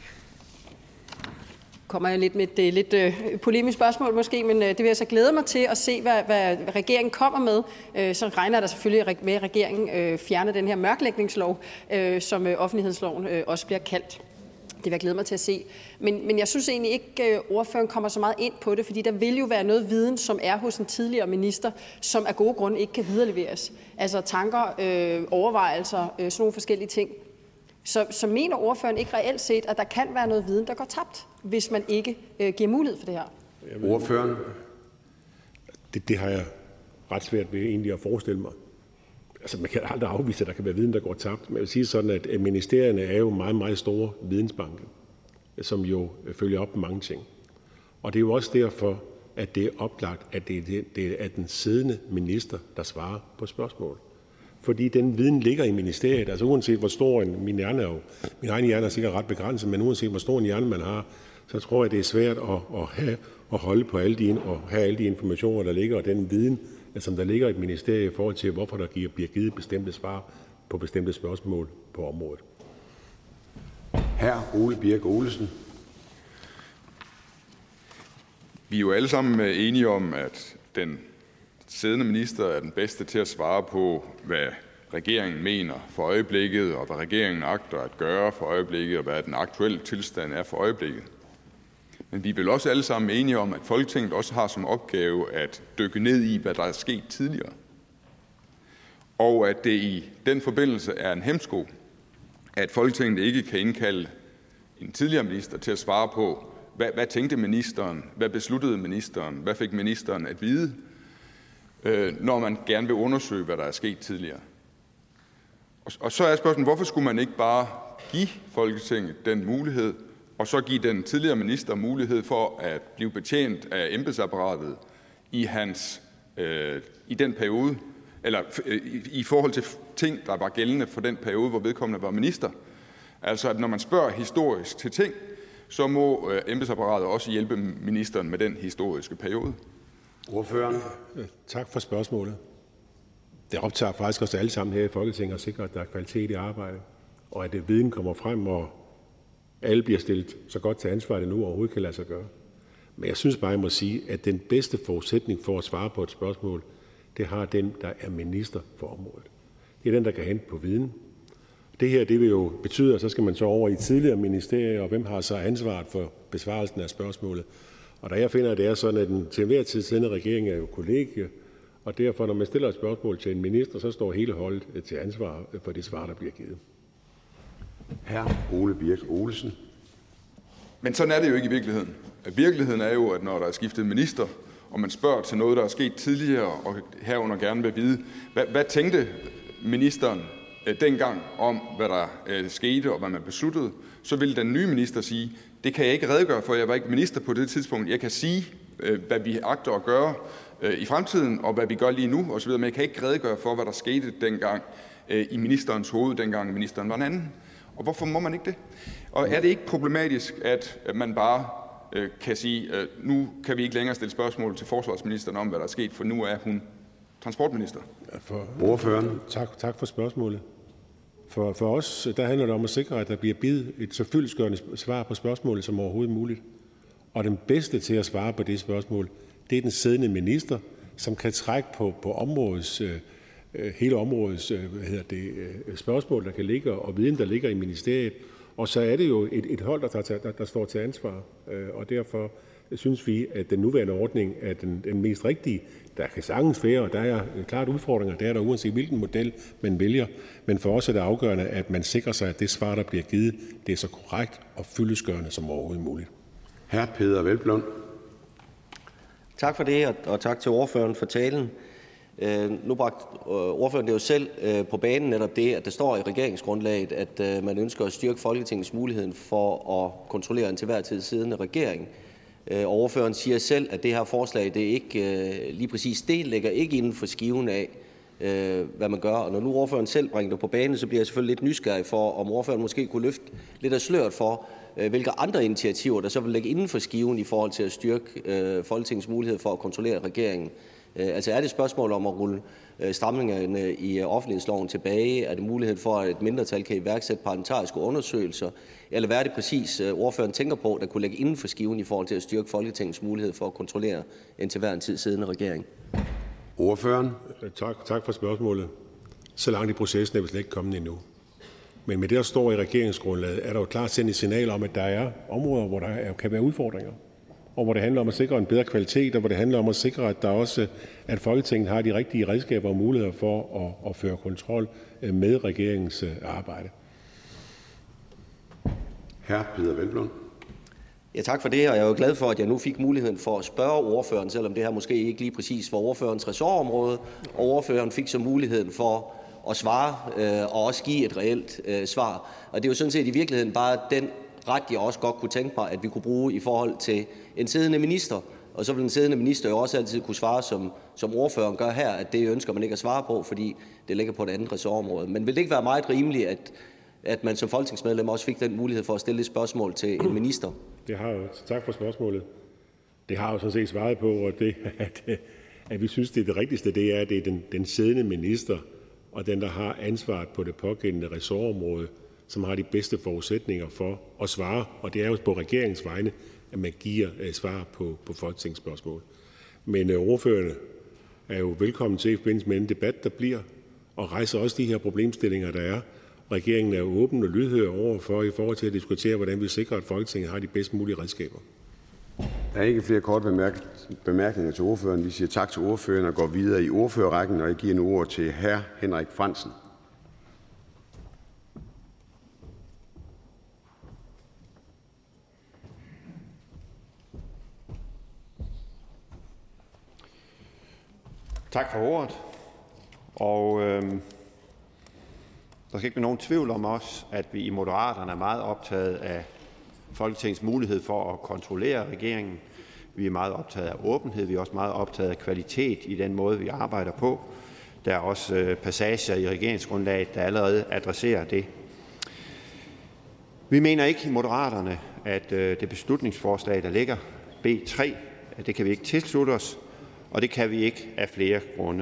Kommer jeg lidt med et lidt øh, polemisk spørgsmål måske, men øh, det vil jeg så glæde mig til at se, hvad, hvad regeringen kommer med. Øh, så regner der selvfølgelig med, at regeringen øh, fjerner den her mørklægningslov, øh, som øh, offentlighedsloven øh, også bliver kaldt. Det vil jeg glæde mig til at se. Men, men jeg synes egentlig ikke, øh, ordføreren kommer så meget ind på det, fordi der vil jo være noget viden, som er hos en tidligere minister, som af gode grunde ikke kan videreleveres. Altså tanker, øh, overvejelser, øh, sådan nogle forskellige ting. Så, så mener ordføreren ikke reelt set, at der kan være noget viden, der går tabt, hvis man ikke øh, giver mulighed for det her? Ordføreren. Det, det har jeg ret svært ved egentlig at forestille mig. Altså, man kan aldrig afvise, at der kan være viden, der går tabt. Men jeg vil sige sådan, at ministerierne er jo meget, meget store vidensbanker, som jo følger op på mange ting. Og det er jo også derfor, at det er oplagt, at det er, det er den siddende minister, der svarer på spørgsmål. Fordi den viden ligger i ministeriet. Altså uanset hvor stor en, min hjerne er jo, min egen hjerne er sikkert ret begrænset, men uanset hvor stor en hjerne man har, så tror jeg, det er svært at, at, have, at holde på alle de, og have alle de informationer, der ligger, og den viden, som der ligger i et ministerie i forhold til, hvorfor der bliver givet bestemte svar på bestemte spørgsmål på området. Hr. Ole Birk Olesen. Vi er jo alle sammen enige om, at den siddende minister er den bedste til at svare på, hvad regeringen mener for øjeblikket, og hvad regeringen agter at gøre for øjeblikket, og hvad den aktuelle tilstand er for øjeblikket. Men vi er vel også alle sammen enige om, at Folketinget også har som opgave at dykke ned i, hvad der er sket tidligere. Og at det i den forbindelse er en hæmsko, at Folketinget ikke kan indkalde en tidligere minister til at svare på, hvad, hvad tænkte ministeren, hvad besluttede ministeren, hvad fik ministeren at vide, når man gerne vil undersøge, hvad der er sket tidligere. Og så er spørgsmålet, hvorfor skulle man ikke bare give Folketinget den mulighed, og så give den tidligere minister mulighed for at blive betjent af embedsapparatet i, hans, øh, i den periode, eller øh, i forhold til ting, der var gældende for den periode, hvor vedkommende var minister. Altså, at når man spørger historisk til ting, så må øh, embedsapparatet også hjælpe ministeren med den historiske periode. Ordføreren. Tak for spørgsmålet. Det optager faktisk også alle sammen her i Folketinget at sikre, at der er kvalitet i arbejdet, og at det viden kommer frem, og alle bliver stillet så godt til ansvar, det nu overhovedet kan lade sig gøre. Men jeg synes bare, jeg må sige, at den bedste forudsætning for at svare på et spørgsmål, det har den, der er minister for området. Det er den, der kan hente på viden. Det her det vil jo betyde, at så skal man så over i tidligere ministerier, og hvem har så ansvaret for besvarelsen af spørgsmålet. Og da jeg finder, at det er sådan, at den til enhver tid siddende regering er jo kollegie, og derfor, når man stiller et spørgsmål til en minister, så står hele holdet til ansvar for det svar, der bliver givet. Hr. Ole Birk Olesen. Men sådan er det jo ikke i virkeligheden. Virkeligheden er jo, at når der er skiftet minister, og man spørger til noget, der er sket tidligere, og herunder gerne vil vide, hvad, hvad tænkte ministeren øh, dengang om, hvad der øh, skete og hvad man besluttede, så vil den nye minister sige, det kan jeg ikke redegøre for, jeg var ikke minister på det tidspunkt. Jeg kan sige, øh, hvad vi agter at gøre øh, i fremtiden, og hvad vi gør lige nu osv., men jeg kan ikke redegøre for, hvad der skete dengang øh, i ministerens hoved, dengang ministeren var en anden. Og hvorfor må man ikke det? Og er det ikke problematisk, at man bare øh, kan sige, at nu kan vi ikke længere stille spørgsmål til forsvarsministeren om, hvad der er sket, for nu er hun transportminister? For, Ordføreren. Tak, tak for spørgsmålet. For, for os der handler det om at sikre, at der bliver givet et så fyldestgørende svar på spørgsmålet som overhovedet muligt. Og den bedste til at svare på det spørgsmål, det er den siddende minister, som kan trække på, på områdets, øh, hele områdets øh, hvad hedder det, øh, spørgsmål, der kan ligge, og viden, der ligger i ministeriet. Og så er det jo et, et hold, der, tager, der, der står til ansvar, øh, og derfor synes vi, at den nuværende ordning er den, den mest rigtige. Der kan sagtens være, og der er klart udfordringer, der er der uanset hvilken model man vælger. Men for os er det afgørende, at man sikrer sig, at det svar, der bliver givet, det er så korrekt og fyldestgørende som overhovedet muligt. Hr. Peder Hvelplund. Tak for det, og tak til ordføreren for talen. Nu bragte ordføreren det jo selv på banen, netop det, at der står i regeringsgrundlaget, at man ønsker at styrke Folketingets mulighed for at kontrollere en til hver tid siddende regering. Og ordføreren siger selv, at det her forslag, det ikke lige præcis det ligger ikke inden for skiven af, hvad man gør. Og når nu ordføreren selv bringer det på banen, så bliver jeg selvfølgelig lidt nysgerrig for, om ordføreren måske kunne løfte lidt af sløret for, hvilke andre initiativer, der så vil ligge inden for skiven i forhold til at styrke Folketingets mulighed for at kontrollere regeringen. Altså er det et spørgsmål om at rulle stramningerne i offentlighedsloven tilbage? Er det mulighed for, at et mindretal kan iværksætte parlamentariske undersøgelser? Eller hvad er det præcis, ordføreren tænker på, der kunne ligge inden for skiven i forhold til at styrke Folketingets mulighed for at kontrollere en til hver en tid siddende regering? Ordføreren. Tak, tak for spørgsmålet. Så langt i processen er vi slet ikke kommet endnu. Men med det, der står i regeringsgrundlaget, er der jo klart sendt et signal om, at der er områder, hvor der er, kan være udfordringer. Og hvor det handler om at sikre en bedre kvalitet, og hvor det handler om at sikre, at der også, at Folketinget har de rigtige redskaber og muligheder for at, at føre kontrol med regeringens arbejde. Hr. Peder Hvelplund. Ja, tak for det, og jeg er jo glad for, at jeg nu fik muligheden for at spørge ordføreren, selvom det her måske ikke lige præcis var ordførerens ressortområde, og ordføreren fik så muligheden for at svare øh, og også give et reelt øh, svar. Og det er jo sådan set i virkeligheden bare den ret, jeg også godt kunne tænke mig, at vi kunne bruge i forhold til en siddende minister. Og så vil den siddende minister jo også altid kunne svare, som, som ordføreren gør her, at det ønsker man ikke at svare på, fordi det ligger på et andet ressortområde. Men vil det ikke være meget rimeligt, at, at man som folketingsmedlem også fik den mulighed for at stille et spørgsmål til en minister? Det har jo, tak for spørgsmålet. Det har jo sådan set svaret på, og det, at, at vi synes, det er det rigtigste, det er, at det er den, den siddende minister og den, der har ansvaret på det pågældende ressortområde, som har de bedste forudsætninger for at svare, og det er jo på regeringens vegne, at man giver svar på, på folketingsspørgsmål. Men uh, ordførerne er jo velkommen til i forbindelse med en debat, der bliver, og rejser også de her problemstillinger, der er. Regeringen er jo åben og lydhør overfor i forhold til at diskutere, hvordan vi sikrer, at Folketinget har de bedst mulige redskaber. Der er ikke flere korte bemærkninger til ordføreren. Vi siger tak til ordføreren og går videre i ordførerrækken, og jeg giver nu ord til hr. Henrik Frandsen. Tak for ordet. Og øh, der skal ikke være nogen tvivl om os, at vi i Moderaterne er meget optaget af Folketingets mulighed for at kontrollere regeringen. Vi er meget optaget af åbenhed. Vi er også meget optaget af kvalitet i den måde, vi arbejder på. Der er også øh, passager i regeringsgrundlaget, der allerede adresserer det. Vi mener ikke i Moderaterne, at øh, det beslutningsforslag, der ligger, B tre, at det kan vi ikke tilslutte os, og det kan vi ikke af flere grunde.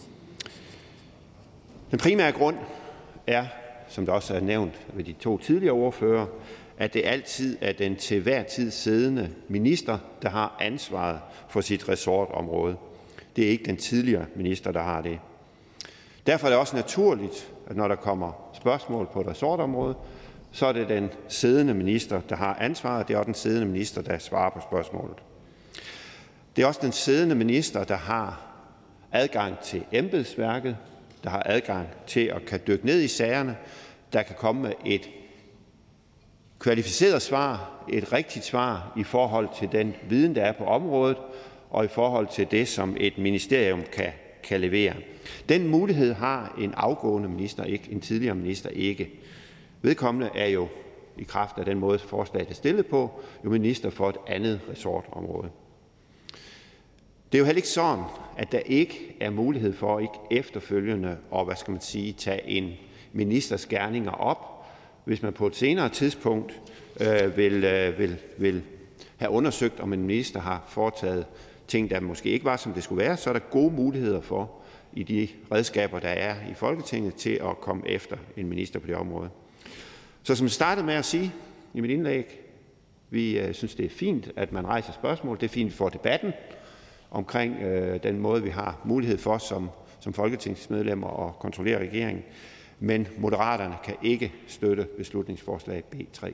Den primære grund er, som der også er nævnt ved de to tidligere ordfører, at det altid er den til hver tid siddende minister, der har ansvaret for sit resortområde. Det er ikke den tidligere minister, der har det. Derfor er det også naturligt, at når der kommer spørgsmål på et ressortområde, så er det den siddende minister, der har ansvaret. Det er også den siddende minister, der svarer på spørgsmålet. Det er også den siddende minister, der har adgang til embedsværket, der har adgang til at kan dykke ned i sagerne, der kan komme med et kvalificeret svar, et rigtigt svar i forhold til den viden, der er på området, og i forhold til det, som et ministerium kan, kan levere. Den mulighed har en afgående minister ikke, en tidligere minister ikke. Vedkommende er jo i kraft af den måde, forslaget er stillet på, jo minister for et andet resortområde. Det er jo heller ikke sådan, at der ikke er mulighed for ikke efterfølgende og hvad skal man sige, tage en ministers gerninger op, hvis man på et senere tidspunkt øh, vil, øh, vil, vil have undersøgt, om en minister har foretaget ting, der måske ikke var, som det skulle være, så er der gode muligheder for, i de redskaber, der er i Folketinget, til at komme efter en minister på det område. Så som jeg startede med at sige i mit indlæg, vi øh, synes, det er fint, at man rejser spørgsmål. Det er fint for debatten omkring øh, den måde, vi har mulighed for som, som folketingsmedlemmer at kontrollere regeringen. Men Moderaterne kan ikke støtte beslutningsforslag B tre.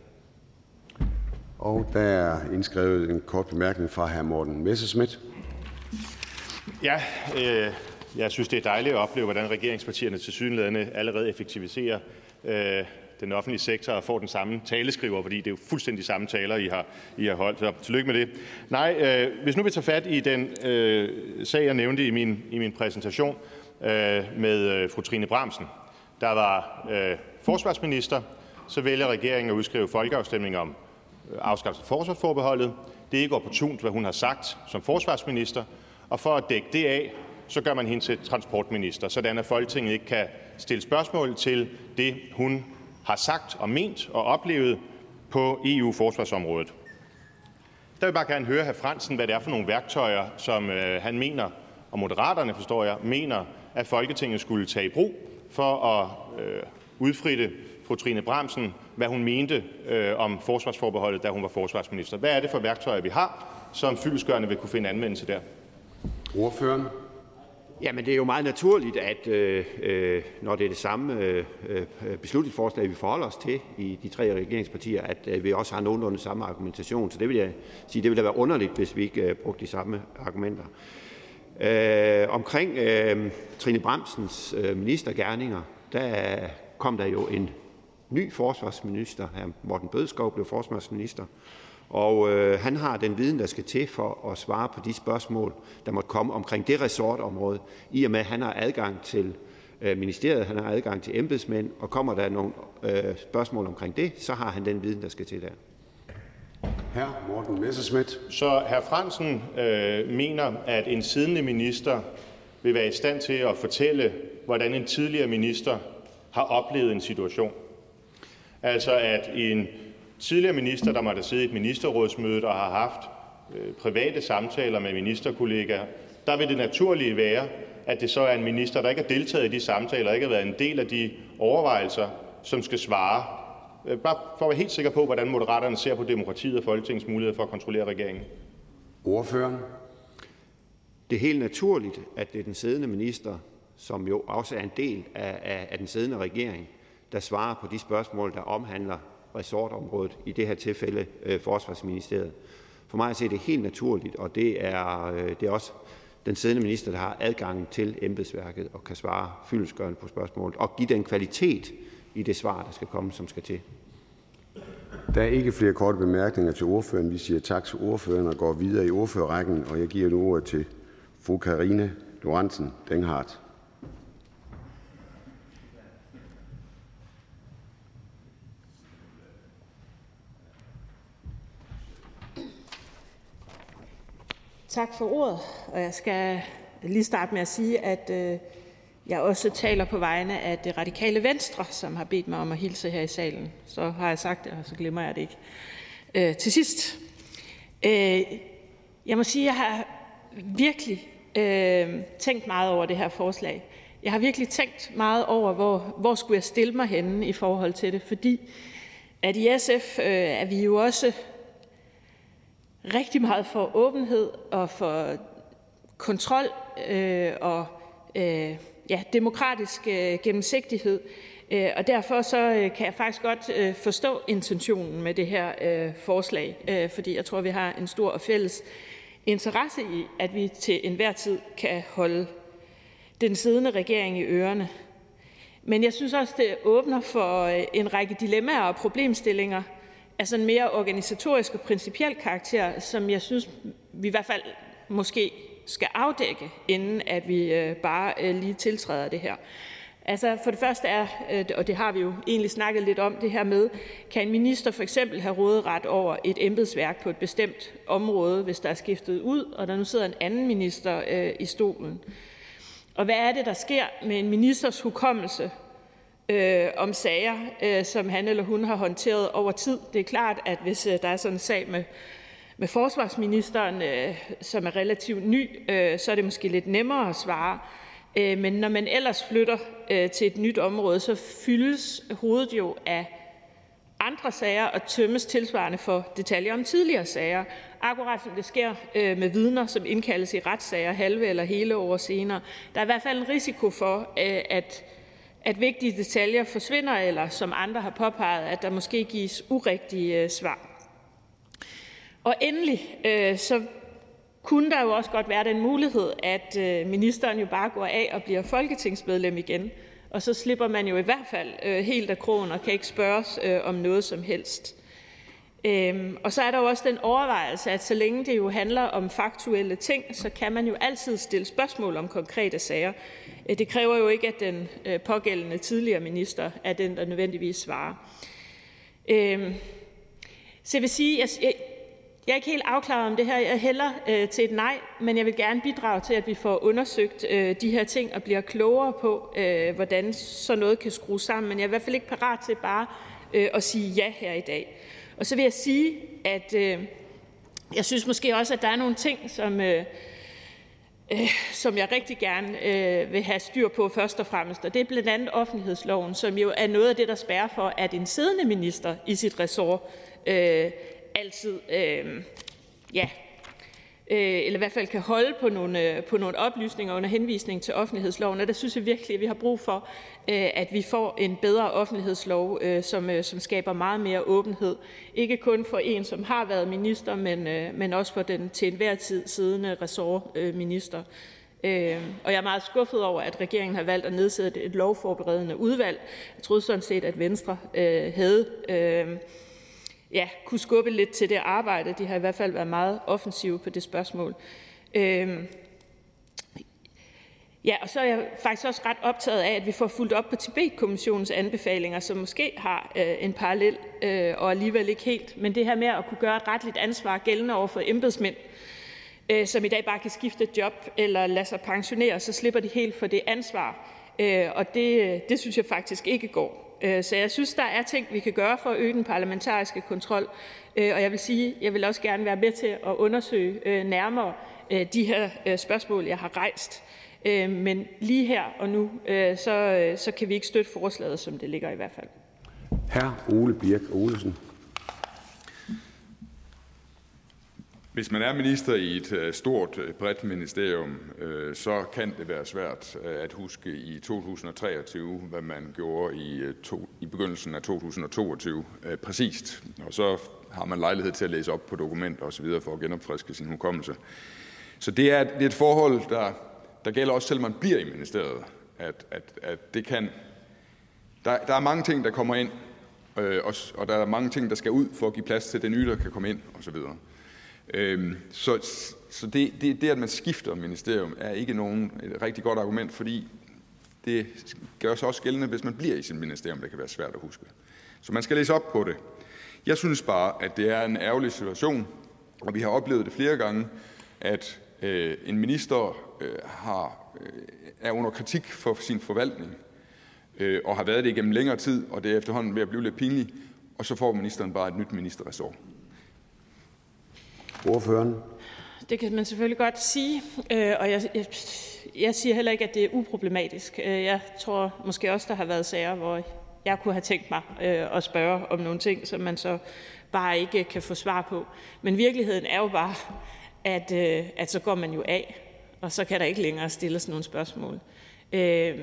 Og der er indskrevet en kort bemærkning fra hr. Morten Messerschmidt. Ja, øh, jeg synes, det er dejligt at opleve, hvordan regeringspartierne tilsyneladende allerede effektiviserer øh, den offentlige sektor og får den samme taleskriver, fordi det er jo fuldstændig samme taler, I har, I har holdt. Så tillykke med det. Nej, øh, hvis nu vi tager fat i den øh, sag, jeg nævnte i min, i min præsentation øh, med øh, fru Trine Bramsen, der var øh, forsvarsminister, så vælger regeringen at udskrive folkeafstemning om øh, afskaffelse af forsvarsforbeholdet. Det er ikke opportunt, hvad hun har sagt som forsvarsminister, og for at dække det af, så gør man hende til transportminister, sådan at Folketinget ikke kan stille spørgsmål til det, hun har sagt og ment og oplevet på E U-forsvarsområdet. Der vil jeg bare gerne høre hr. Frandsen, hvad det er for nogle værktøjer, som øh, han mener, og Moderaterne, forstår jeg, mener, at Folketinget skulle tage i brug for at øh, udfritte fru Trine Bramsen, hvad hun mente øh, om forsvarsforbeholdet, da hun var forsvarsminister. Hvad er det for værktøjer, vi har, som fyldestgørende vil kunne finde anvendelse der? Ordføreren. Jamen, det er jo meget naturligt, at øh, øh, når det er det samme øh, beslutningsforslag, vi forholder os til i de tre regeringspartier, at øh, vi også har nogenlunde samme argumentation. Så det vil jeg sige, det ville være underligt, hvis vi ikke øh, brugte de samme argumenter. Øh, omkring øh, Trine Bramsens øh, ministergerninger, der kom der jo en ny forsvarsminister, hr. Morten Bødskov blev forsvarsminister, og øh, han har den viden, der skal til for at svare på de spørgsmål, der måtte komme omkring det resortområde, i og med, at han har adgang til øh, ministeriet, han har adgang til embedsmænd, og kommer der nogle øh, spørgsmål omkring det, så har han den viden, der skal til der. Hr. Morten Messerschmidt. Så hr. Frandsen øh, mener, at en siddende minister vil være i stand til at fortælle, hvordan en tidligere minister har oplevet en situation. Altså at en tidligere minister, der måtte have siddet i et ministerrådsmøde og har haft øh, private samtaler med ministerkollegaer, der vil det naturlige være, at det så er en minister, der ikke har deltaget i de samtaler, ikke har været en del af de overvejelser, som skal svare. Bare for at være helt sikker på, hvordan Moderaterne ser på demokratiet og Folketingets mulighed for at kontrollere regeringen. Ordføreren. Det er helt naturligt, at det er den siddende minister, som jo også er en del af, af, af den siddende regering, der svarer på de spørgsmål, der omhandler resortområdet, i det her tilfælde øh, Forsvarsministeriet. For mig at se, det er helt naturligt, og det er, øh, det er også den siddende minister, der har adgang til embedsværket og kan svare fyldestgørende på spørgsmålet og give den kvalitet i det svar, der skal komme, som skal til. Der er ikke flere korte bemærkninger til ordføreren. Vi siger tak til ordføreren og går videre i ordførerrækken, og jeg giver nu ordet til fru Karina Lorentzen Dehnhardt. Tak for ordet, og jeg skal lige starte med at sige, at øh, jeg også taler på vegne af Det Radikale Venstre, som har bedt mig om at hilse her i salen. Så har jeg sagt det, og så glemmer jeg det ikke. Øh, til sidst. Øh, jeg må sige, at jeg har virkelig øh, tænkt meget over det her forslag. Jeg har virkelig tænkt meget over, hvor, hvor skulle jeg stille mig henne i forhold til det, fordi at i S F øh, er vi jo også rigtig meget for åbenhed og for kontrol øh, og øh, ja, demokratisk gennemsigtighed. Og derfor så kan jeg faktisk godt forstå intentionen med det her forslag, fordi jeg tror, vi har en stor og fælles interesse i, at vi til enhver tid kan holde den siddende regering i ørerne. Men jeg synes også, det åbner for en række dilemmaer og problemstillinger af sådan mere organisatorisk og principiel karakter, som jeg synes, vi i hvert fald måske skal afdække, inden at vi bare lige tiltræder det her. Altså for det første er, og det har vi jo egentlig snakket lidt om, det her med, kan en minister for eksempel have råderet over et embedsværk på et bestemt område, hvis der er skiftet ud, og der nu sidder en anden minister øh, i stolen. Og hvad er det, der sker med en ministers hukommelse øh, om sager, øh, som han eller hun har håndteret over tid? Det er klart, at hvis øh, der er sådan en sag med, med forsvarsministeren, øh, som er relativt ny, øh, så er det måske lidt nemmere at svare. Men når man ellers flytter til et nyt område, så fyldes hovedet jo af andre sager og tømmes tilsvarende for detaljer om tidligere sager, akkurat som det sker med vidner, som indkaldes i retssager halve eller hele år senere. Der er i hvert fald en risiko for, at, at vigtige detaljer forsvinder, eller som andre har påpeget, at der måske gives urigtige svar. Og endelig så kunne der jo også godt være den mulighed, at øh, ministeren jo bare går af og bliver folketingsmedlem igen, og så slipper man jo i hvert fald øh, helt af krogen og kan ikke spørges øh, om noget som helst. Øhm, og så er der jo også den overvejelse, at så længe det jo handler om faktuelle ting, så kan man jo altid stille spørgsmål om konkrete sager. Det kræver jo ikke, at den øh, pågældende tidligere minister er den, der nødvendigvis svarer. Øhm, så jeg vil sige, at jeg, Jeg er ikke helt afklaret om det her. Jeg hælder øh, til et nej, men jeg vil gerne bidrage til, at vi får undersøgt øh, de her ting og bliver klogere på, øh, hvordan sådan noget kan skrues sammen. Men jeg er i hvert fald ikke parat til bare øh, at sige ja her i dag. Og så vil jeg sige, at øh, jeg synes måske også, at der er nogle ting, som, øh, øh, som jeg rigtig gerne øh, vil have styr på først og fremmest. Og det er blandt andet offentlighedsloven, som jo er noget af det, der spærrer for, at en siddende minister i sit ressort øh, altid, øh, ja, øh, eller i hvert fald kan holde på nogle, øh, på nogle oplysninger under henvisning til offentlighedsloven. Og der synes jeg virkelig, at vi har brug for, øh, at vi får en bedre offentlighedslov, øh, som, øh, som skaber meget mere åbenhed. Ikke kun for en, som har været minister, men, øh, men også for den til enhver tid siddende ressortminister. Øh, og jeg er meget skuffet over, at regeringen har valgt at nedsætte et lovforberedende udvalg. Jeg troede sådan set, at Venstre øh, havde Øh, ja, kunne skubbe lidt til det arbejde. De har i hvert fald været meget offensive på det spørgsmål. Øhm, ja, og så er jeg faktisk også ret optaget af, at vi får fulgt op på Tibet-kommissionens anbefalinger, som måske har øh, en parallel øh, og alligevel ikke helt. Men det her med at kunne gøre et retligt ansvar gældende over for embedsmænd, øh, som i dag bare kan skifte job eller lade sig pensionere, så slipper de helt for det ansvar. Øh, og det, det synes jeg faktisk ikke går. Så jeg synes, der er ting, vi kan gøre for at øge den parlamentariske kontrol. Og jeg vil sige, jeg vil også gerne være med til at undersøge nærmere de her spørgsmål, jeg har rejst. Men lige her og nu, så, så kan vi ikke støtte forslaget, som det ligger i hvert fald. Hr. Ole Birk Olesen. Hvis man er minister i et stort, bredt ministerium, så kan det være svært at huske i to tusind og treogtyve, hvad man gjorde i, to, i begyndelsen af to tusind og toogtyve præcist. Og så har man lejlighed til at læse op på dokumenter osv. for at genopfriske sin hukommelse. Så det er, det er et forhold, der, der gælder også, selvom man bliver i ministeriet. At, at, at det kan, der, der er mange ting, der kommer ind, og, og der er mange ting, der skal ud for at give plads til det nye, der kan komme ind osv. Så, så det, det, det, at man skifter ministerium, er ikke nogen et rigtig godt argument, fordi det gør sig også gældende, hvis man bliver i sin ministerium, det kan være svært at huske. Så man skal læse op på det. Jeg synes bare, at det er en ærgerlig situation, og vi har oplevet det flere gange, at øh, en minister øh, har, øh, er under kritik for sin forvaltning, øh, og har været det igennem længere tid, og det er efterhånden ved at blive lidt pinligt, og så får ministeren bare et nyt ministerressort. Ordføreren. Det kan man selvfølgelig godt sige, og jeg, jeg, jeg siger heller ikke, at det er uproblematisk. Jeg tror måske også, der har været sager, hvor jeg kunne have tænkt mig at spørge om nogle ting, som man så bare ikke kan få svar på. Men virkeligheden er jo bare, at, at så går man jo af, og så kan der ikke længere stilles nogle spørgsmål. Øh,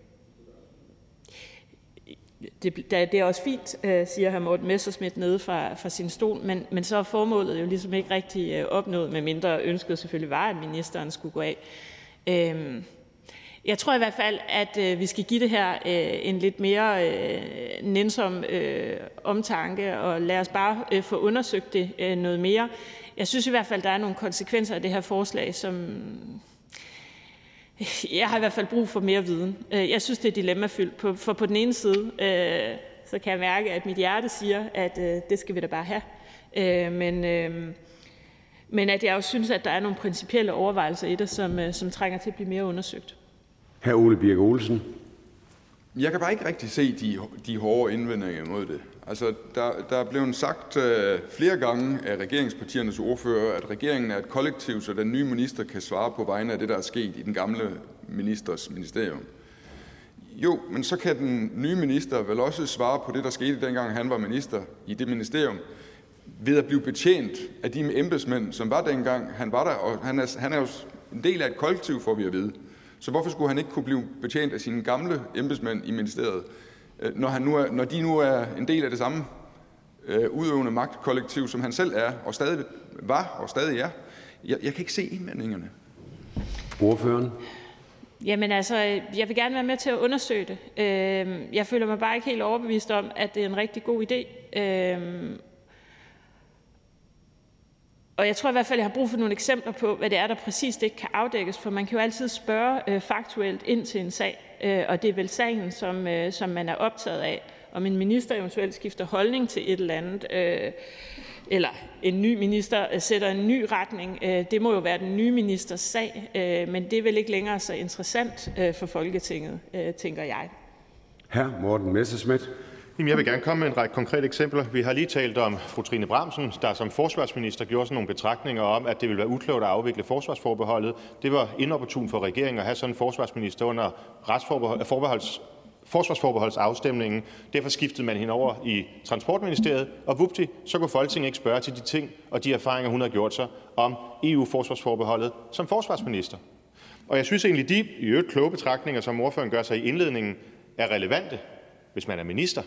Det, det er også fint, siger hr. Morten Messerschmidt nede fra, fra sin stol, men, men så er formålet jo ligesom ikke rigtig opnået, medmindre ønsket selvfølgelig var, at ministeren skulle gå af. Jeg tror i hvert fald, at vi skal give det her en lidt mere nænsom omtanke, og lad os bare få undersøgt det noget mere. Jeg synes i hvert fald, der er nogle konsekvenser af det her forslag, som jeg har i hvert fald brug for mere viden. Jeg synes, det er dilemmafyldt, for på den ene side, så kan jeg mærke, at mit hjerte siger, at det skal vi da bare have. Men, men at jeg også synes, at der er nogle principielle overvejelser i det, som, som trænger til at blive mere undersøgt. Hr. Ole Birk Olesen. Jeg kan bare ikke rigtig se de, de hårde indvendinger mod det. Altså, der, der er blevet sagt øh, flere gange af regeringspartiernes ordfører, at regeringen er et kollektiv, så den nye minister kan svare på vegne af det, der er sket i den gamle ministers ministerium. Jo, men så kan den nye minister vel også svare på det, der skete, dengang han var minister i det ministerium, ved at blive betjent af de embedsmænd, som var dengang han var der, og han er, han er jo en del af et kollektiv, får vi at vide. Så hvorfor skulle han ikke kunne blive betjent af sine gamle embedsmænd i ministeriet, når, han nu er, når de nu er en del af det samme øh, udøvende magtkollektiv, som han selv er, og stadig var og stadig er? Jeg, jeg kan ikke se indvendingerne. Ordføreren? Jamen altså, jeg vil gerne være med til at undersøge det. Jeg føler mig bare ikke helt overbevist om, at det er en rigtig god idé. Og jeg tror i hvert fald, jeg har brug for nogle eksempler på, hvad det er, der præcist ikke kan afdækkes, for man kan jo altid spørge øh, faktuelt ind til en sag, øh, og det er vel sagen, som, øh, som man er optaget af. Om en minister eventuelt skifter holdning til et eller andet, øh, eller en ny minister sætter en ny retning, øh, det må jo være den nye ministers sag, øh, men det er vel ikke længere så interessant øh, for Folketinget, øh, tænker jeg. Hr. Morten Messerschmidt. Jeg vil gerne komme med en række konkrete eksempler. Vi har lige talt om fru Trine Bramsen, der som forsvarsminister gjorde sådan nogle betragtninger om, at det ville være uklogt at afvikle forsvarsforbeholdet. Det var inopportunt for regeringen at have sådan en forsvarsminister under retsforbeholds, forsvarsforbeholdsafstemningen. Derfor skiftede man hende over i Transportministeriet, og vupti, så kunne Folketinget ikke spørge til de ting og de erfaringer, hun har gjort sig om E U-forsvarsforbeholdet som forsvarsminister. Og jeg synes egentlig, de i øvrigt kloge betragtninger, som ordføreren gør sig i indledningen, er relevante, hvis man er minister.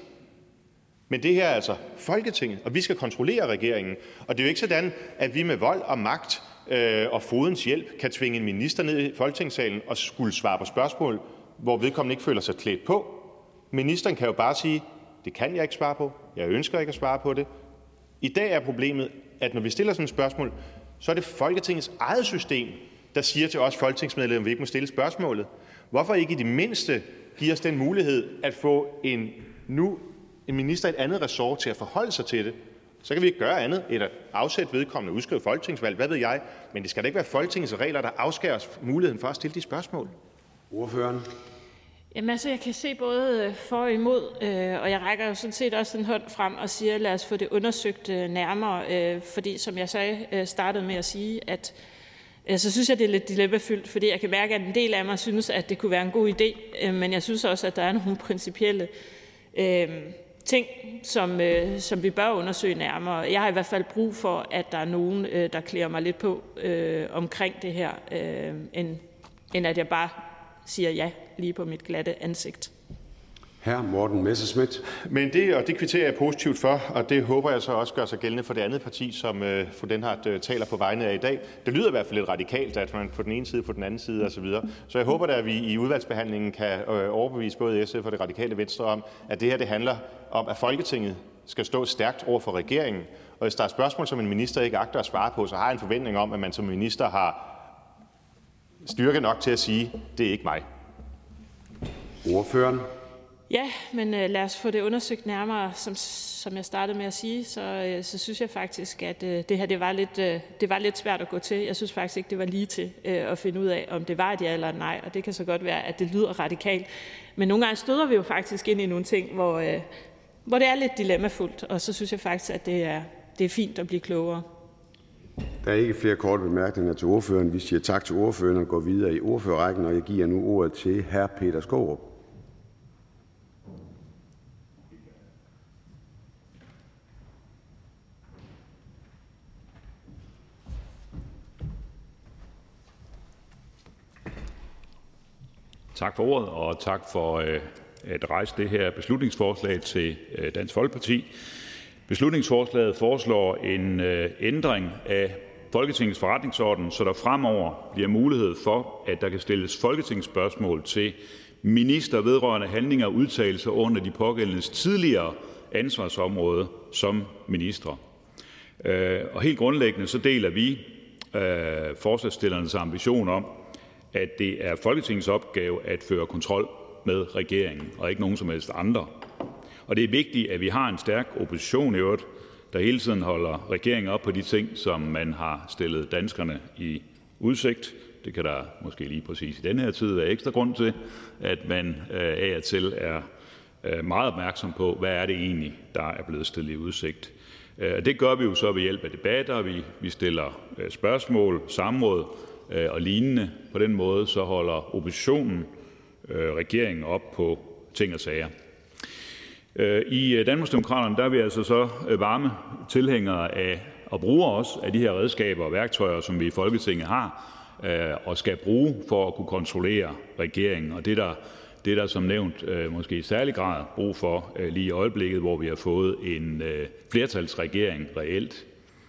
Men det her er altså Folketinget, og vi skal kontrollere regeringen. Og det er jo ikke sådan, at vi med vold og magt øh, og fodens hjælp kan tvinge en minister ned i Folketingssalen og skulle svare på spørgsmål, hvor vedkommende ikke føler sig klædt på. Ministeren kan jo bare sige, det kan jeg ikke svare på, jeg ønsker ikke at svare på det. I dag er problemet, at når vi stiller sådan et spørgsmål, så er det Folketingets eget system, der siger til os folketingsmedlemmer, at vi ikke må stille spørgsmålet. Hvorfor ikke i det mindste give os den mulighed at få en nu en minister i et andet ressort til at forholde sig til det? Så kan vi ikke gøre andet end at afsætte vedkommende, udskrive folketingsvalg, hvad ved jeg. Men det skal da ikke være Folketingets regler, der afskærer os muligheden for at stille de spørgsmål. Ordføreren? Jamen altså, jeg kan se både for og imod, øh, og jeg rækker jo sådan set også en hånd frem og siger, lad os få det undersøgt øh, nærmere, øh, fordi som jeg så øh, startede med at sige, at øh, så synes jeg, det er lidt dilemmafyldt, fordi jeg kan mærke, at en del af mig synes, at det kunne være en god idé, øh, men jeg synes også, at der er nogle principielle øh, ting, som, øh, som vi bør undersøge nærmere. Jeg har i hvert fald brug for, at der er nogen, øh, der klæder mig lidt på øh, omkring det her, øh, end, end at jeg bare siger ja lige på mit glatte ansigt. Hr. Morten Messerschmidt. Men det, og det kvitterer jeg positivt for, og det håber jeg så også gør sig gældende for det andet parti, som øh, fru Denhardt øh, taler på vegne af i dag. Det lyder i hvert fald lidt radikalt, at man på den ene side, på den anden side osv. Så, så jeg håber da, at vi i udvalgsbehandlingen kan øh, overbevise både S F og det radikale Venstre om, at det her det handler om, at Folketinget skal stå stærkt over for regeringen. Og hvis der er spørgsmål, som en minister ikke agter at svare på, så har jeg en forventning om, at man som minister har styrke nok til at sige, det er ikke mig. Ordføreren. Ja, men øh, lad os få det undersøgt nærmere. Som, som jeg startede med at sige, så, øh, så synes jeg faktisk, at øh, det her det var, lidt, øh, det var lidt svært at gå til. Jeg synes faktisk ikke, det var lige til øh, at finde ud af, om det var et ja eller et nej. Og det kan så godt være, at det lyder radikalt. Men nogle gange støder vi jo faktisk ind i nogle ting, hvor, øh, hvor det er lidt dilemmafuldt. Og så synes jeg faktisk, at det er, det er fint at blive klogere. Der er ikke flere korte bemærkninger til ordføreren. Vi siger tak til ordføreren og går videre i ordførerrækken, og jeg giver nu ordet til hr. Peter Skaarup. Tak for ordet, og tak for at rejse det her beslutningsforslag til Dansk Folkeparti. Beslutningsforslaget foreslår en ændring af Folketingets forretningsorden, så der fremover bliver mulighed for, at der kan stilles folketingsspørgsmål til minister vedrørende handlinger og udtalelser under de pågældendes tidligere ansvarsområde som ministre. Og helt grundlæggende så deler vi forslagsstillernes ambition om, at det er Folketingets opgave at føre kontrol med regeringen og ikke nogen som helst andre. Og det er vigtigt, at vi har en stærk opposition i øvrigt, der hele tiden holder regeringen op på de ting, som man har stillet danskerne i udsigt. Det kan der måske lige præcis i denne her tid være ekstra grund til, at man af og til er meget opmærksom på, hvad er det egentlig, der er blevet stillet i udsigt. Det gør vi jo så ved hjælp af debatter, vi, vi stiller spørgsmål, samråd og lignende. På den måde så holder oppositionen regeringen op på ting og sager. I Danmarksdemokraterne der er vi altså så varme tilhængere af og bruger også af de her redskaber og værktøjer, som vi i Folketinget har og skal bruge for at kunne kontrollere regeringen. Og det er der, det er der som nævnt måske i særlig grad brug for lige i øjeblikket, hvor vi har fået en flertalsregering reelt.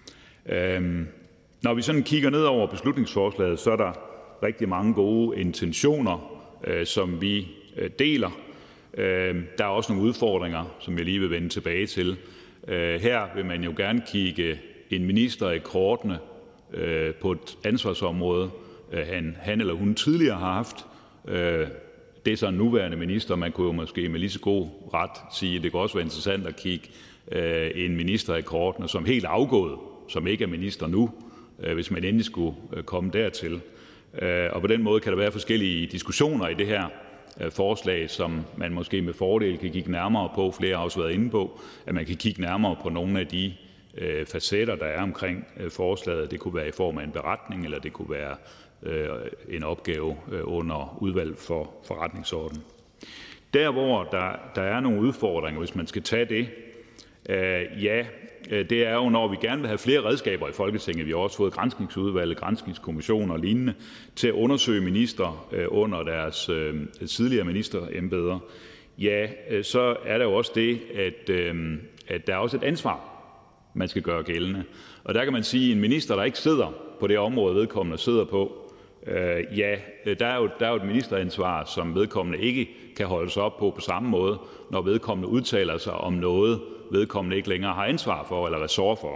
Når vi sådan kigger ned over beslutningsforslaget, så er der rigtig mange gode intentioner, som vi deler. Der er også nogle udfordringer, som jeg lige vil vende tilbage til. Her vil man jo gerne kigge en minister i kortene på et ansvarsområde, han, han eller hun tidligere har haft. Det er så en nuværende minister. Man kunne jo måske med lige så god ret sige, at det kunne også være interessant at kigge en minister i kortene, som helt afgået, som ikke er minister nu, hvis man endelig skulle komme dertil. Og på den måde kan der være forskellige diskussioner i det her forslag, som man måske med fordel kan kigge nærmere på. Flere har også været inde på, at man kan kigge nærmere på nogle af de øh, facetter, der er omkring øh, forslaget. Det kunne være i form af en beretning, eller det kunne være øh, en opgave øh, under udvalg for forretningsorden. Der, hvor der, der er nogle udfordringer, hvis man skal tage det, øh, ja, det er jo, når vi gerne vil have flere redskaber i Folketinget. Vi har også fået granskningsudvalget, granskningskommissioner og lignende til at undersøge minister under deres tidligere ministerembeder. Ja, så er der jo også det, at, at der er også et ansvar, man skal gøre gældende. Og der kan man sige, at en minister, der ikke sidder på det område, vedkommende sidder på, ja, der er, jo, der er jo et ministeransvar, som vedkommende ikke kan holde sig op på på samme måde, når vedkommende udtaler sig om noget, vedkommende ikke længere har ansvar for eller ressort for.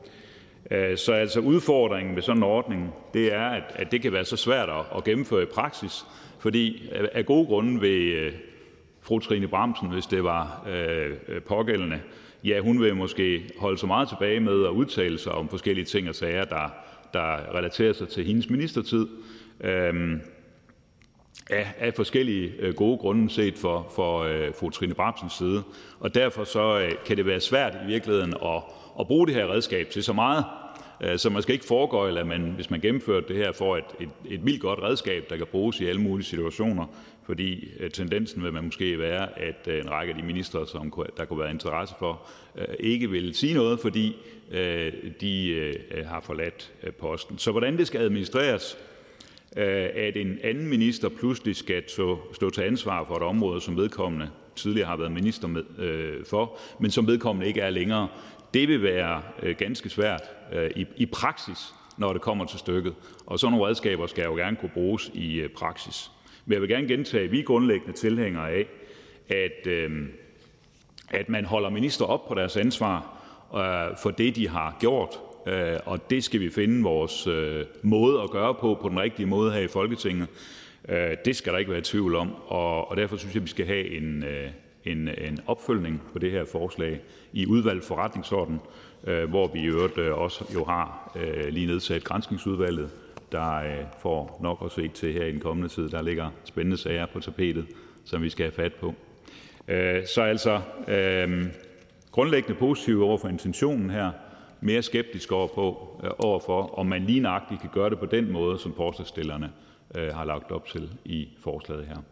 Så altså udfordringen ved sådan en ordning, det er, at, at det kan være så svært at gennemføre i praksis, fordi af gode grunde vil fru Trine Bramsen, hvis det var øh, pågældende, ja, hun vil måske holde sig meget tilbage med at udtale sig om forskellige ting og sager, der, der relaterer sig til hendes ministertid, øh, af, af forskellige øh, gode grunde set for, for øh, fru Trine Bramsens side. Og derfor så øh, kan det være svært i virkeligheden at, at bruge det her redskab til så meget. Øh, så man skal ikke foregøjle, at man, hvis man gennemfører det her, får et, et, et vildt godt redskab, der kan bruges i alle mulige situationer. Fordi øh, tendensen vil man måske være, at øh, en række af de ministre, som der kunne være interesse for, øh, ikke vil sige noget, fordi øh, de øh, har forladt øh, posten. Så hvordan det skal administreres, at en anden minister pludselig skal stå til ansvar for et område, som vedkommende tidligere har været minister med, øh, for, men som vedkommende ikke er længere, det vil være øh, ganske svært øh, i, i praksis, når det kommer til stykket. Og sådan nogle redskaber skal jo gerne kunne bruges i øh, praksis. Men jeg vil gerne gentage, at vi er grundlæggende tilhængere af, at, øh, at man holder minister op på deres ansvar øh, for det, de har gjort. Og det skal vi finde vores øh, måde at gøre på, på den rigtige måde her i Folketinget. Øh, det skal der ikke være tvivl om, og, og derfor synes jeg, vi skal have en, øh, en, en opfølgning på det her forslag i udvalg forretningsorden, øh, hvor vi i øvrigt øh, også jo har øh, lige nedsat granskningsudvalget, der øh, får nok at se til her i den kommende tid. Der ligger spændende sager på tapetet, som vi skal have fat på. Øh, så altså øh, grundlæggende positiv over for intentionen her, mere skeptisk over på, øh, overfor, om man lige nøjagtigt kan gøre det på den måde, som forslagsstillerne øh, har lagt op til i forslaget her.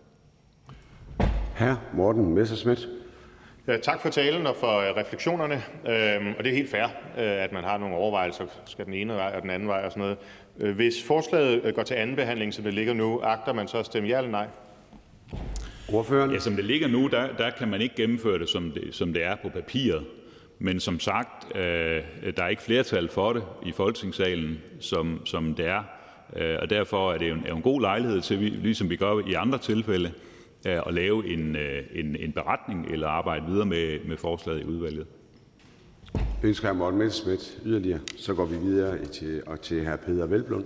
Hr. Morten Messerschmidt. Ja, tak for talen og for refleksionerne. Øhm, og det er helt fair, øh, at man har nogle overvejelser, skal den ene vej og den anden vej og sådan noget. Hvis forslaget går til anden behandling, som det ligger nu, agter man så at stemme ja eller nej? Ordføreren? Ja, som det ligger nu, der, der kan man ikke gennemføre det som, det, som det er på papiret. Men som sagt, øh, der er ikke flertal for det i Folketingssalen, som, som det er. Øh, og derfor er det jo en, en god lejlighed til, ligesom vi gør i andre tilfælde, øh, at lave en, øh, en, en beretning eller arbejde videre med, med forslaget i udvalget. Ønsker hr. Morten Messerschmidt yderligere? Så går vi videre til, og til hr. Peder Hvelplund.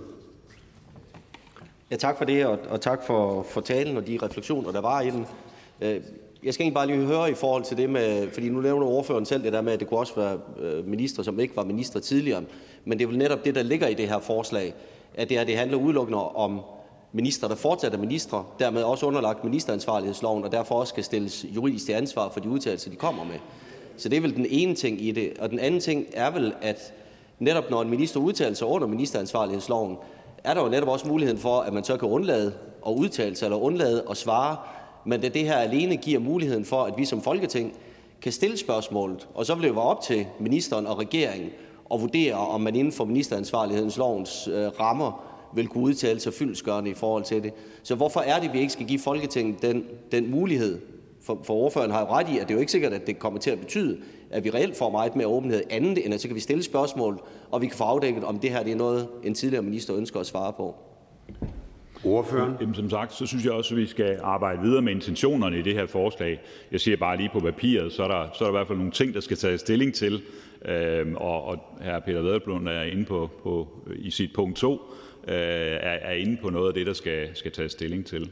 Ja, tak for det, og, og tak for, for talen og de refleksioner, der var i den. Jeg skal egentlig bare lige høre i forhold til det med, fordi nu nævner ordføreren selv det der med, at det kunne også være minister, som ikke var minister tidligere, men det er vel netop det, der ligger i det her forslag, at det, her, det handler udelukkende om minister, der fortsat er ministre, dermed også underlagt ministeransvarlighedsloven, og derfor også skal stilles juridisk til ansvar for de udtalelser, de kommer med. Så det er vel den ene ting i det. Og den anden ting er vel, at netop når en minister udtaler sig under ministeransvarlighedsloven, er der jo netop også muligheden for, at man så kan undlade at udtale sig eller undlade at svare, men det her alene giver muligheden for, at vi som Folketing kan stille spørgsmålet, og så vil det være op til ministeren og regeringen at vurdere, om man inden for ministeransvarlighedslovens øh, rammer vil kunne udtale sig fyldestgørende i forhold til det. Så hvorfor er det, at vi ikke skal give Folketinget den, den mulighed? For, for ordføreren har jo ret i, at det er jo ikke sikkert, at det kommer til at betyde, at vi reelt får meget mere åbenhed andet, end at så kan vi stille spørgsmål, og vi kan få afdækket, om det her det er noget, en tidligere minister ønsker at svare på. Ordføreren? Jamen, som sagt, så synes jeg også, at vi skal arbejde videre med intentionerne i det her forslag. Jeg siger bare lige på papiret, så er der, så er der i hvert fald nogle ting, der skal tages stilling til, øhm, og, og hr. Peder Hvelplund er inde på, på i sit punkt to, øh, er, er inde på noget af det, der skal, skal tages stilling til.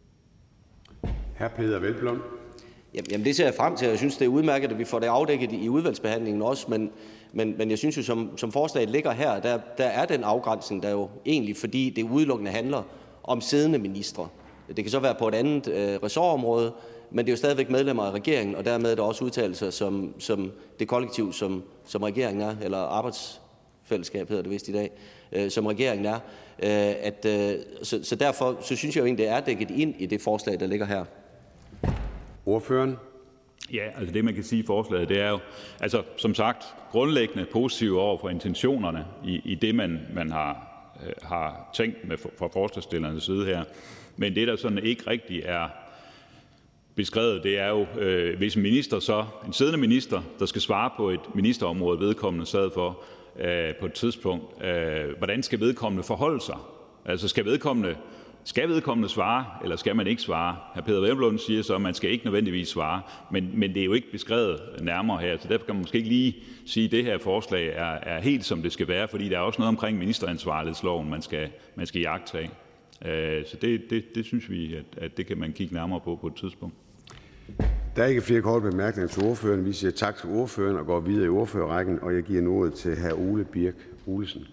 Hr. Peder Hvelplund? Jamen det ser jeg frem til, jeg synes, det er udmærket, at vi får det afdækket i udvalgsbehandlingen også, men, men, men jeg synes jo, som, som forslaget ligger her, der, der er den afgrænsning, der jo egentlig, fordi det udelukkende handler om siddende ministre. Det kan så være på et andet øh, ressortområde, men det er jo stadigvæk medlemmer af regeringen, og dermed er der også udtalelser som, som det kollektiv, som, som regeringen er, eller arbejdsfællesskab hedder det vist i dag, øh, som regeringen er. Øh, at, øh, så, så derfor så synes jeg jo egentlig, det er dækket ind i det forslag, der ligger her. Ordføreren? Ja, altså det, man kan sige i forslaget, det er jo, altså som sagt, grundlæggende positive over for intentionerne i, i det, man, man har, øh, har tænkt med fra forslagsstillernes side her. Men det, der sådan ikke rigtig er beskrevet, det er jo, øh, hvis en minister så, en siddende minister, der skal svare på et ministerområde, vedkommende sad for øh, på et tidspunkt, øh, hvordan skal vedkommende forholde sig? Altså skal vedkommende Skal vedkommende svare, eller skal man ikke svare? Hr. Peder Hvelplund siger så, at man skal ikke nødvendigvis svare, men, men det er jo ikke beskrevet nærmere her, så derfor kan man måske ikke lige sige, at det her forslag er, er helt som det skal være, fordi der er også noget omkring ministeransvarlighedsloven, man skal, man skal iagttage. Så det, det, det synes vi, at, at det kan man kigge nærmere på på et tidspunkt. Der er ikke flere korte bemærkninger til ordføreren. Vi siger tak til ordføreren og går videre i ordførerrækken, og jeg giver nu ordet til hr. Ole Birk Olesen.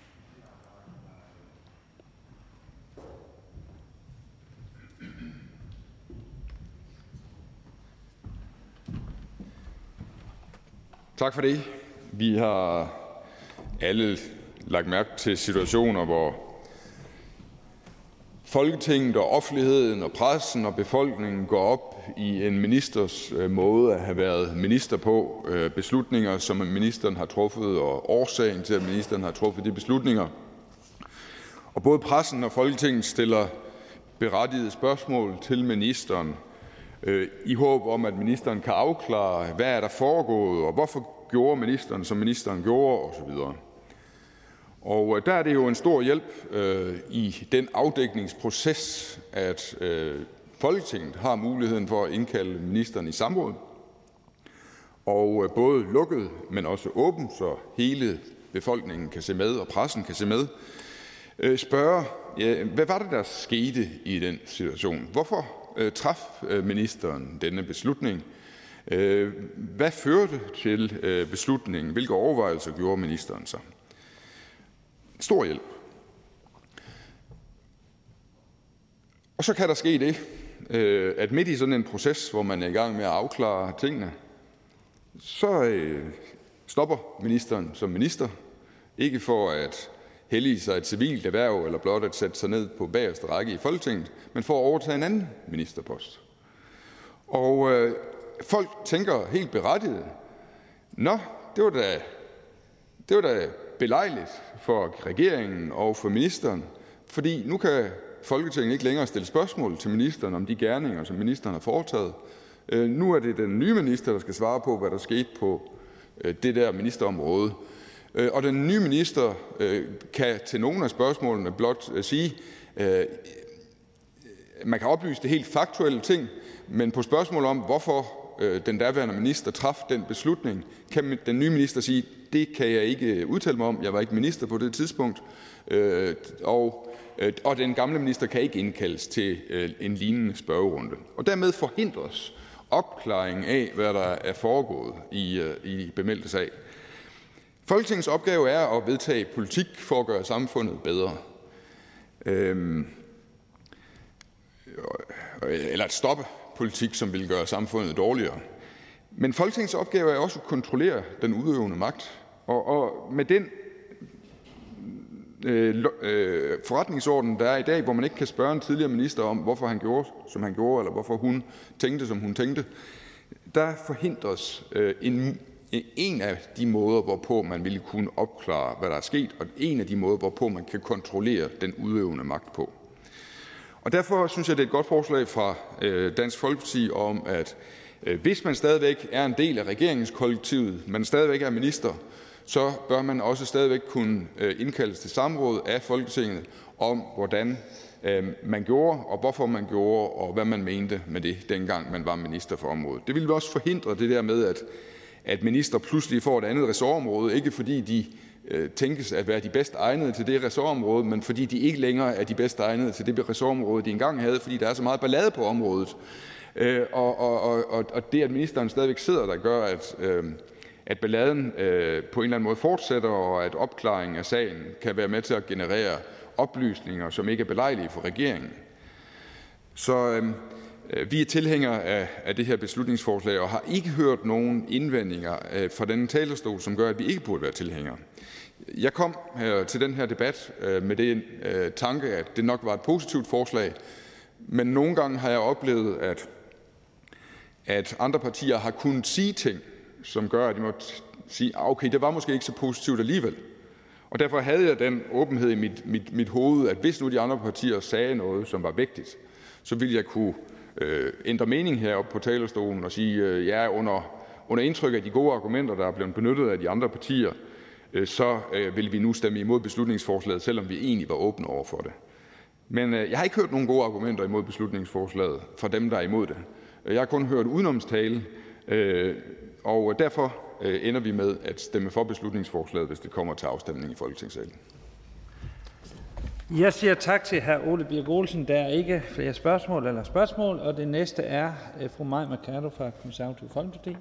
Tak for det. Vi har alle lagt mærke til situationer, hvor Folketinget og offentligheden og pressen og befolkningen går op i en ministers måde at have været minister på, beslutninger, som ministeren har truffet, og årsagen til, at ministeren har truffet de beslutninger. Og både pressen og Folketinget stiller berettigede spørgsmål til ministeren, i håb om, at ministeren kan afklare, hvad er der foregået, og hvorfor gjorde ministeren, som ministeren gjorde, osv. Og der er det jo en stor hjælp øh, i den afdækningsproces, at øh, Folketinget har muligheden for at indkalde ministeren i samråd, og øh, både lukket, men også åbent, så hele befolkningen kan se med, og pressen kan se med, øh, spørge, ja, hvad var det, der skete i den situation? Hvorfor traf ministeren denne beslutning? Hvad førte til beslutningen? Hvilke overvejelser gjorde ministeren sig? Stor hjælp. Og så kan der ske det, at midt i sådan en proces, hvor man er i gang med at afklare tingene, så stopper ministeren som minister, ikke for at hellige sig et civilt erhverv eller blot at sætte sig ned på bagerste række i Folketinget, men for at overtage en anden ministerpost. Og øh, folk tænker helt berettiget, nå, det var da, det var da belejligt for regeringen og for ministeren, fordi nu kan Folketinget ikke længere stille spørgsmål til ministeren om de gerninger, som ministeren har foretaget. Nu er det den nye minister, der skal svare på, hvad der skete på det der ministerområde. Og den nye minister kan til nogle af spørgsmålene blot sige, man kan oplyse det helt faktuelle ting, men på spørgsmål om, hvorfor den daværende minister traf den beslutning, kan den nye minister sige, det kan jeg ikke udtale mig om, jeg var ikke minister på det tidspunkt, og, og den gamle minister kan ikke indkaldes til en lignende spørgerunde. Og dermed forhindres opklaring af, hvad der er foregået i, i bemeldte sag. Folketingets opgave er at vedtage politik for at gøre samfundet bedre. Øhm, eller at stoppe politik, som vil gøre samfundet dårligere. Men Folketingets opgave er også at kontrollere den udøvende magt. Og, og med den øh, øh, forretningsorden, der er i dag, hvor man ikke kan spørge en tidligere minister om, hvorfor han gjorde, som han gjorde, eller hvorfor hun tænkte, som hun tænkte, der forhindres øh, en, en af de måder, hvorpå man ville kunne opklare, hvad der er sket, og en af de måder, hvorpå man kan kontrollere den udøvende magt på. Og derfor synes jeg, det er et godt forslag fra øh, Dansk Folkeparti om, at øh, hvis man stadigvæk er en del af regeringskollektivet, man stadigvæk er minister, så bør man også stadigvæk kunne øh, indkaldes til samråd af Folketinget om, hvordan øh, man gjorde, og hvorfor man gjorde, og hvad man mente med det, dengang man var minister for området. Det ville også forhindre det der med, at, at minister pludselig får et andet ressortområde, ikke fordi de tænkes at være de bedst egnede til det ressortområde, men fordi de ikke længere er de bedst egnede til det ressortområde, de engang havde, fordi der er så meget ballade på området. Og, og, og, og det, at ministeren stadigvæk sidder der, gør, at, at balladen på en eller anden måde fortsætter, og at opklaringen af sagen kan være med til at generere oplysninger, som ikke er belejlige for regeringen. Så vi er tilhængere af, af det her beslutningsforslag, og har ikke hørt nogen indvendinger fra denne talerstol, som gør, at vi ikke burde være tilhængere. Jeg kom her til den her debat med den tanke, at det nok var et positivt forslag, men nogle gange har jeg oplevet, at, at andre partier har kunnet sige ting, som gør, at de måtte sige, okay, det var måske ikke så positivt alligevel. Og derfor havde jeg den åbenhed i mit, mit, mit hoved, at hvis nu de andre partier sagde noget, som var vigtigt, så ville jeg kunne øh, ændre mening heroppe på talerstolen og sige, øh, ja, under, under indtryk af de gode argumenter, der er blevet benyttet af de andre partier, øh, så øh, vil vi nu stemme imod beslutningsforslaget, selvom vi egentlig var åbne over for det. Men øh, jeg har ikke hørt nogen gode argumenter imod beslutningsforslaget fra dem, der er imod det. Jeg har kun hørt udenomstale, øh, og derfor øh, ender vi med at stemme for beslutningsforslaget, hvis det kommer til afstemning i Folketingssalen. Jeg siger tak til hr. Ole Birk Olesen. Der er ikke flere spørgsmål eller spørgsmål, og det næste er fru Mai Mercado fra Konservative Folkeparti.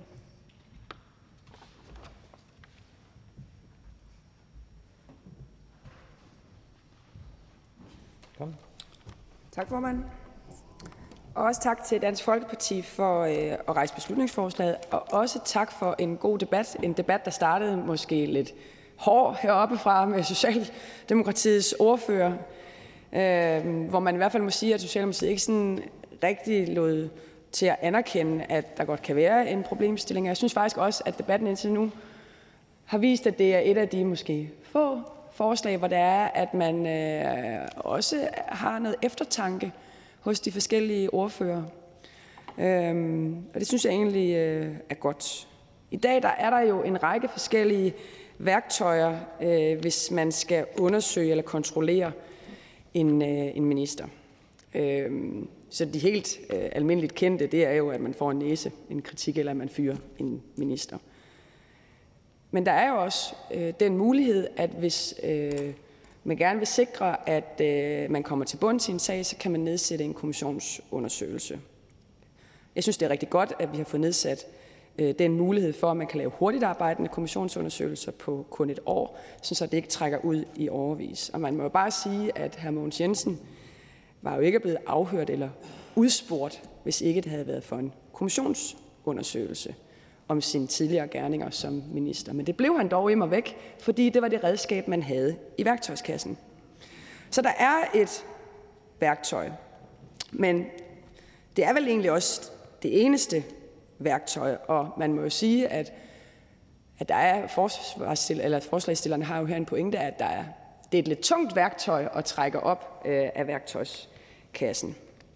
Kom. Tak, formand. Og også tak til Dansk Folkeparti for øh, at rejse beslutningsforslaget, og også tak for en god debat. En debat, der startede måske lidt hård heroppe fra med Socialdemokratiets ordfører, øh, hvor man i hvert fald må sige, at Socialdemokratiet ikke sådan rigtig lod til at anerkende, at der godt kan være en problemstilling. Jeg synes faktisk også, at debatten indtil nu har vist, at det er et af de måske få forslag, hvor det er, at man øh, også har noget eftertanke hos de forskellige ordfører. Øhm, og det synes jeg egentlig øh, er godt. I dag der er der jo en række forskellige værktøjer, øh, hvis man skal undersøge eller kontrollere en, øh, en minister. Øhm, så de helt øh, almindeligt kendte, det er jo, at man får en næse, en kritik, eller at man fyrer en minister. Men der er jo også øh, den mulighed, at hvis øh, man gerne vil sikre, at øh, man kommer til bunds i en sag, så kan man nedsætte en kommissionsundersøgelse. Jeg synes, det er rigtig godt, at vi har fået nedsat øh, den mulighed for, at man kan lave hurtigt arbejdende kommissionsundersøgelser på kun et år, så det ikke trækker ud i årevis. Og man må jo bare sige, at hr. Mogens Jensen var jo ikke blevet afhørt eller udspurgt, hvis ikke det havde været for en kommissionsundersøgelse om sine tidligere gerninger som minister. Men det blev han dog immer væk, fordi det var det redskab, man havde i værktøjskassen. Så der er et værktøj, men det er vel egentlig også det eneste værktøj, og man må jo sige, at, at der er forsvarsstill- eller forslagsstillerne har jo her en pointe, at der er det er et lidt tungt værktøj at trække op øh, af værktøjskassen.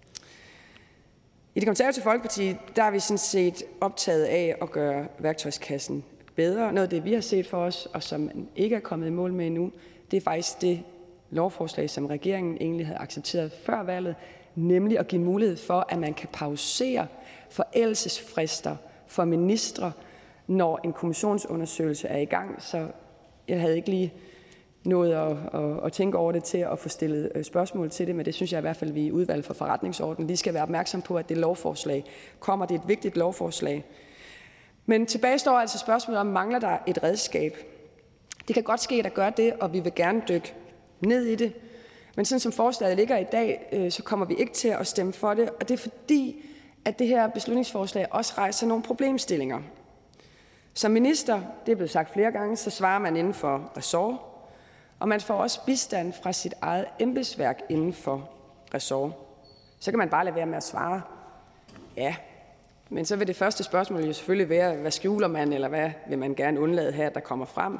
I Det Konservative Folkeparti der er vi sådan set optaget af at gøre værktøjskassen bedre. Noget af det, vi har set for os, og som man ikke er kommet i mål med endnu, det er faktisk det lovforslag, som regeringen egentlig havde accepteret før valget, nemlig at give mulighed for, at man kan pausere forældelsesfrister for ministre, når en kommissionsundersøgelse er i gang. Så jeg havde ikke lige nået at, at, at tænke over det til at få stillet spørgsmål til det, men det synes jeg i hvert fald, vi i udvalget for forretningsordenen lige skal være opmærksom på, at det lovforslag kommer. Det er et vigtigt lovforslag. Men tilbage står altså spørgsmålet om, mangler der et redskab? Det kan godt ske, at der gør det, og vi vil gerne dykke ned i det. Men sådan som forslaget ligger i dag, så kommer vi ikke til at stemme for det, og det er fordi, at det her beslutningsforslag også rejser nogle problemstillinger. Som minister, det er blevet sagt flere gange, så svarer man inden for ressort, og man får også bistand fra sit eget embedsværk inden for ressort. Så kan man bare lade være med at svare. Ja, men så vil det første spørgsmål jo selvfølgelig være, hvad skjuler man, eller hvad vil man gerne undlade her, der kommer frem.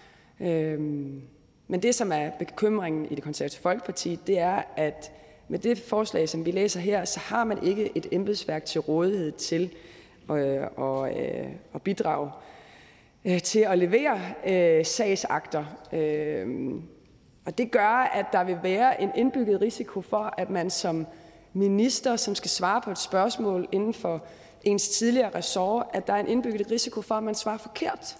Øhm, men det, som er bekymringen i Det Konservative Folkeparti, det er, at med det forslag, som vi læser her, så har man ikke et embedsværk til rådighed til øh, og, øh, at bidrage øh, til at levere øh, sagsakter. Øh, og det gør, at der vil være en indbygget risiko for, at man som minister, som skal svare på et spørgsmål inden for ens tidligere ressort, at der er en indbygget risiko for, at man svarer forkert.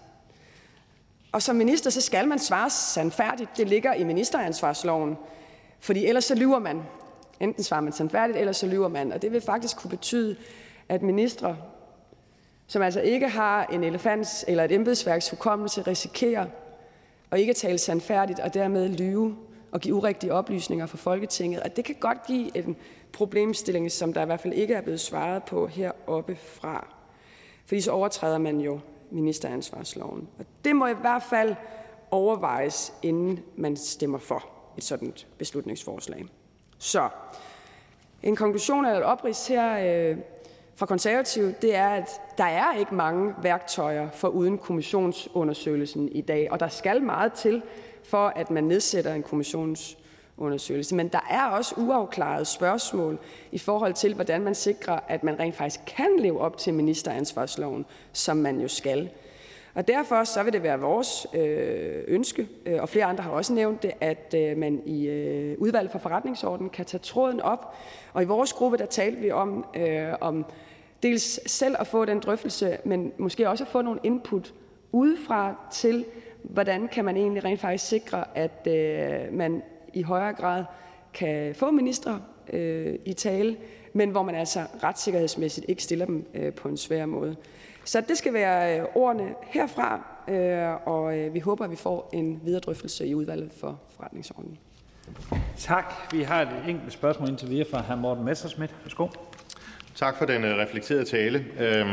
Og som minister, så skal man svare sandfærdigt. Det ligger i ministeransvarsloven, fordi ellers så lyver man. Enten svarer man sandfærdigt, eller så lyver man. Og det vil faktisk kunne betyde, at ministre, som altså ikke har en elefants eller et embedsværks hukommelse, risikerer at ikke tale sandfærdigt og dermed lyve og give urigtige oplysninger for Folketinget. Og det kan godt give en problemstilling, som der i hvert fald ikke er blevet svaret på heroppe fra. Fordi så overtræder man jo ministeransvarsloven. Og det må i hvert fald overvejes, inden man stemmer for et sådan beslutningsforslag. Så en konklusion eller et oprids her øh, fra Konservative, det er, at der er ikke mange værktøjer for uden kommissionsundersøgelsen i dag, og der skal meget til, for at man nedsætter en kommissionsundersøgelse. Men der er også uafklarede spørgsmål i forhold til, hvordan man sikrer, at man rent faktisk kan leve op til ministeransvarsloven, som man jo skal. Og derfor så vil det være vores øh, ønske, øh, og flere andre har også nævnt det, at øh, man i øh, udvalget for forretningsordenen kan tage tråden op. Og i vores gruppe, der talte vi om, øh, om dels selv at få den drøftelse, men måske også at få nogle input udefra til, hvordan kan man egentlig rent faktisk sikre, at øh, man i højere grad kan få ministre øh, i tale, men hvor man altså retssikkerhedsmæssigt ikke stiller dem øh, på en svær måde. Så det skal være øh, ordene herfra, øh, og øh, vi håber, at vi får en videre drøftelse i udvalget for forretningsordenen. Tak. Vi har et enkelt spørgsmål indtil videre fra hr. Morten Messerschmidt. Værsgo. Tak for den reflekterede tale.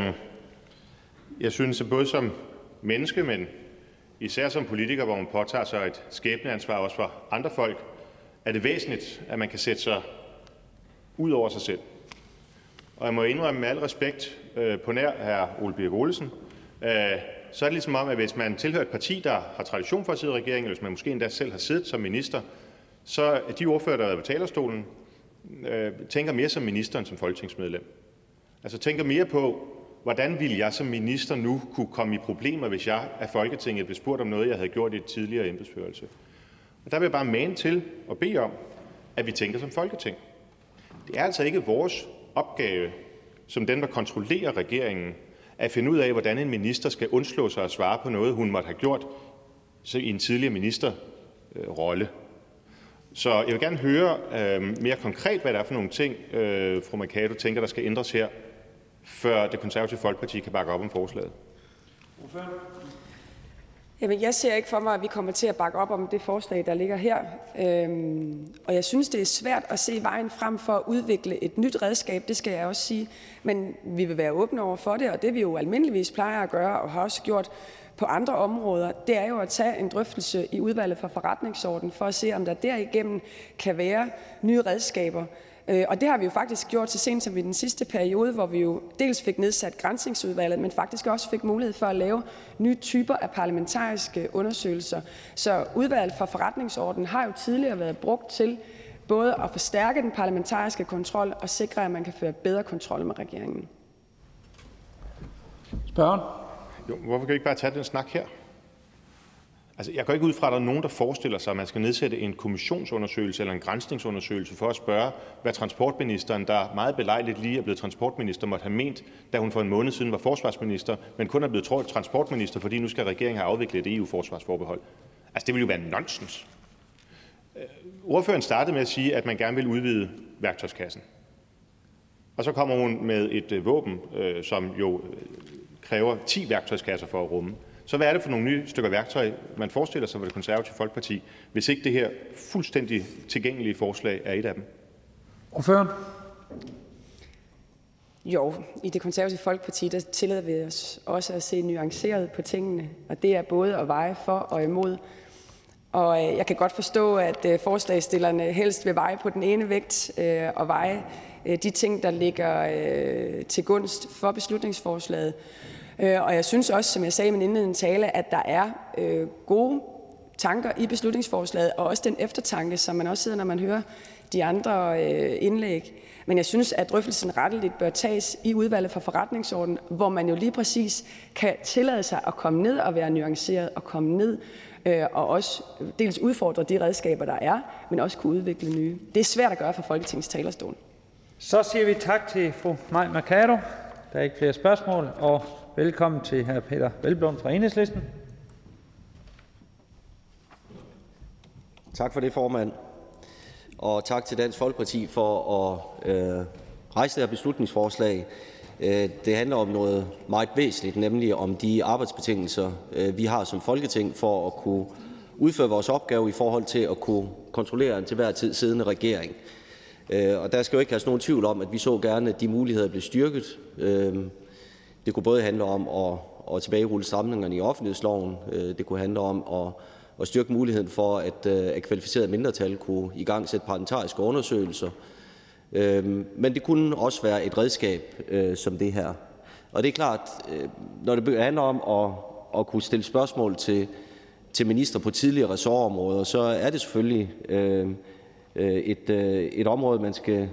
Jeg synes, at både som menneske, men især som politiker, hvor man påtager sig et skæbneansvar også for andre folk, er det væsentligt, at man kan sætte sig ud over sig selv. Og jeg må indrømme med al respekt på nær hr. Ole Birk Olesen, så er det ligesom om, at hvis man tilhører et parti, der har tradition for at sidde i regeringen, eller hvis man måske endda selv har siddet som minister, så er de ordfører, der har været på talerstolen, tænker mere som minister end som folketingsmedlem. Altså tænker mere på, hvordan ville jeg som minister nu kunne komme i problemer, hvis jeg af Folketinget blev spurgt om noget, jeg havde gjort i et tidligere embedsførelse. Og der vil jeg bare mane til og bede om, at vi tænker som Folketing. Det er altså ikke vores opgave, som den, der kontrollerer regeringen, at finde ud af, hvordan en minister skal undslå sig at svare på noget, hun måtte have gjort i en tidligere ministerrolle. Så jeg vil gerne høre øh, mere konkret, hvad det er for nogle ting, øh, fru Mercado tænker, der skal ændres her, før Det Konservative Folkeparti kan bakke op om forslaget. Jamen, jeg ser ikke for mig, at vi kommer til at bakke op om det forslag, der ligger her. Øhm, og jeg synes, det er svært at se vejen frem for at udvikle et nyt redskab, det skal jeg også sige. Men vi vil være åbne over for det, og det vi jo almindeligvis plejer at gøre, og har også gjort på andre områder, det er jo at tage en drøftelse i udvalget for forretningsordenen, for at se, om der derigennem kan være nye redskaber, Og det har vi jo faktisk gjort så sent som i den sidste periode, hvor vi jo dels fik nedsat granskningsudvalget, men faktisk også fik mulighed for at lave nye typer af parlamentariske undersøgelser. Så udvalget for forretningsordenen har jo tidligere været brugt til både at forstærke den parlamentariske kontrol og sikre, at man kan føre bedre kontrol med regeringen. Spørgen? Jo, hvorfor kan vi ikke bare tage den snak her? Altså, jeg går ikke ud fra, at der er nogen, der forestiller sig, at man skal nedsætte en kommissionsundersøgelse eller en granskningsundersøgelse for at spørge, hvad transportministeren, der meget belejligt lige er blevet transportminister, måtte have ment, da hun for en måned siden var forsvarsminister, men kun er blevet trådt transportminister, fordi nu skal regeringen have afviklet et E U-forsvarsforbehold. Altså, det vil jo være nonsens. Ordføreren startede med at sige, at man gerne vil udvide værktøjskassen. Og så kommer hun med et våben, som jo kræver ti værktøjskasser for at rumme. Så hvad er det for nogle nye stykker værktøj, man forestiller sig for Det Konservative Folkeparti, hvis ikke det her fuldstændig tilgængelige forslag er et af dem? Ordføreren? Jo, i Det Konservative Folkeparti, der tillader vi os også at se nuanceret på tingene, og det er både at veje for og imod. Og jeg kan godt forstå, at forslagsstillerne helst vil veje på den ene vægt og veje de ting, der ligger til gunst for beslutningsforslaget. Og jeg synes også, som jeg sagde i min indledende tale, at der er gode tanker i beslutningsforslaget, og også den eftertanke, som man også sidder, når man hører de andre indlæg. Men jeg synes, at drøftelsen retteligt bør tages i udvalget for forretningsordenen, hvor man jo lige præcis kan tillade sig at komme ned og være nuanceret og komme ned og også dels udfordre de redskaber, der er, men også kunne udvikle nye. Det er svært at gøre fra Folketingets talerstol. Så siger vi tak til fru Mai Mercado. Der er ikke flere spørgsmål, og velkommen til hr. Peter Hvelplund fra Enhedslisten. Tak for det, formand. Og tak til Dansk Folkeparti for at øh, rejse det her beslutningsforslag. Det handler om noget meget væsentligt, nemlig om de arbejdsbetingelser, vi har som Folketing for at kunne udføre vores opgave i forhold til at kunne kontrollere en til hver tid siddende regering. Og der skal jo ikke have nogen tvivl om, at vi så gerne, at de muligheder blev styrket. Det kunne både handle om at, at tilbagerulle stramningerne i offentlighedsloven. Det kunne handle om at, at styrke muligheden for, at, at kvalificerede mindretal kunne i gang sætte parlamentariske undersøgelser. Men det kunne også være et redskab som det her. Og det er klart, når det handler om at, at kunne stille spørgsmål til, til minister på tidligere ressortområder, så er det selvfølgelig et, et område, man skal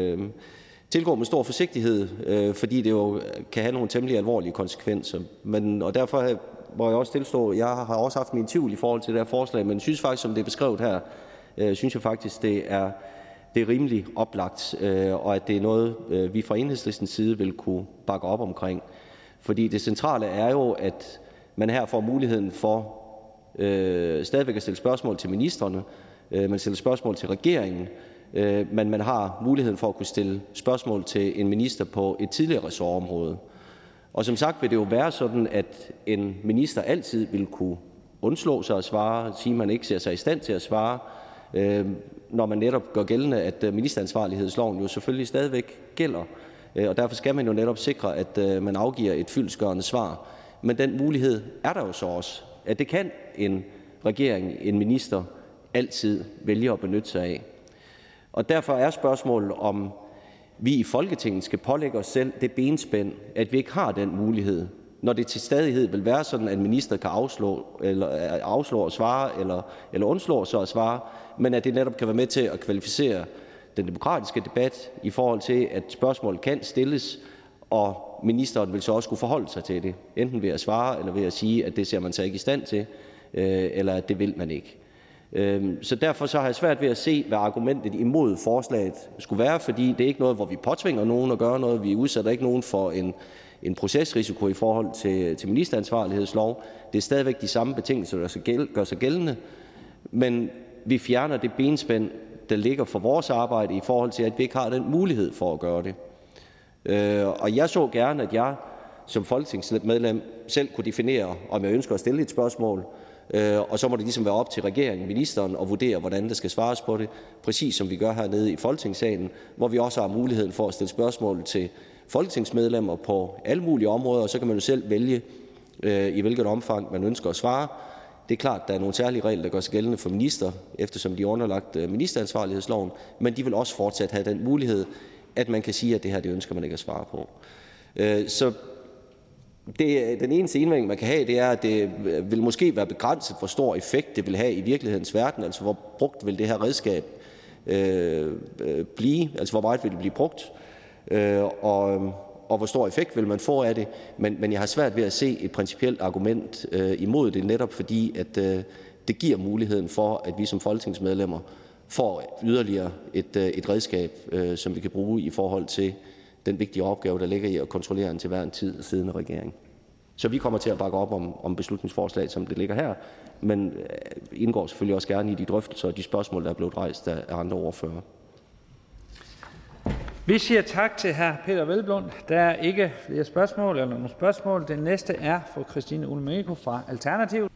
tilgå med stor forsigtighed, fordi det jo kan have nogle temmelig alvorlige konsekvenser. Men, og derfor må jeg også tilstå, jeg har også haft min tvivl i forhold til det her forslag, men synes faktisk, som det er beskrevet her, synes jeg faktisk, det er Det er rimelig oplagt, og at det er noget, vi fra Enhedslistens side vil kunne bakke op omkring. Fordi det centrale er jo, at man her får muligheden for øh, stadigvæk at stille spørgsmål til ministerne, øh, man stiller spørgsmål til regeringen, øh, men man har muligheden for at kunne stille spørgsmål til en minister på et tidligere ressortområde. Og som sagt vil det jo være sådan, at en minister altid vil kunne undslå sig at svare, sige, at man ikke ser sig i stand til at svare, øh, når man netop gør gældende, at ministeransvarlighedsloven jo selvfølgelig stadigvæk gælder. Og derfor skal man jo netop sikre, at man afgiver et fyldestgørende svar. Men den mulighed er der jo så også, at det kan en regering, en minister, altid vælge at benytte sig af. Og derfor er spørgsmålet, om vi i Folketinget skal pålægge os selv det benspænd, at vi ikke har den mulighed, når det til stadighed vil være sådan, at en minister kan afslå, eller afslå at svare, eller, eller undslå sig at svare, men at det netop kan være med til at kvalificere den demokratiske debat i forhold til, at spørgsmål kan stilles, og ministeren vil så også kunne forholde sig til det, enten ved at svare, eller ved at sige, at det ser man sig ikke i stand til, eller at det vil man ikke. Så derfor så har jeg svært ved at se, hvad argumentet imod forslaget skulle være, fordi det er ikke noget, hvor vi påtvinger nogen at gøre noget, vi udsætter ikke nogen for en en procesrisiko i forhold til, til ministeransvarlighedslov. Det er stadigvæk de samme betingelser, der skal gør sig gældende, men vi fjerner det benspænd, der ligger for vores arbejde i forhold til, at vi ikke har den mulighed for at gøre det. Øh, og jeg så gerne, at jeg som folketingsmedlem selv kunne definere, om jeg ønsker at stille et spørgsmål, øh, og så må det ligesom være op til regeringen, ministeren, at vurdere, hvordan der skal svares på det, præcis som vi gør hernede i Folketingssalen, hvor vi også har muligheden for at stille spørgsmål til folketingsmedlemmer på alle mulige områder, og så kan man jo selv vælge, øh, i hvilket omfang man ønsker at svare. Det er klart, at der er nogle særlige regler, der gør sig gældende for minister, eftersom de er underlagt ministeransvarlighedsloven, men de vil også fortsat have den mulighed, at man kan sige, at det her det ønsker man ikke at svare på. Så det, den eneste indvending, man kan have, det er, at det vil måske være begrænset, hvor stor effekt det vil have i virkelighedens verden, altså hvor brugt vil det her redskab øh, blive, altså hvor meget vil det blive brugt, øh, og, og hvor stor effekt vil man få af det. Men, men jeg har svært ved at se et principielt argument øh, imod det, netop fordi, at øh, det giver muligheden for, at vi som folketingsmedlemmer får yderligere et, øh, et redskab, øh, som vi kan bruge i forhold til den vigtige opgave, der ligger i at kontrollere en til hver en tid siddende regering. Så vi kommer til at bakke op om, om beslutningsforslaget, som det ligger her, men indgår selvfølgelig også gerne i de drøftelser og de spørgsmål, der er blevet rejst af andre ordførere. Vi siger tak til hr. Peter Hvelplund. Der er ikke flere spørgsmål eller nogle spørgsmål. Den næste er fru Christina Olumeko fra Alternativet.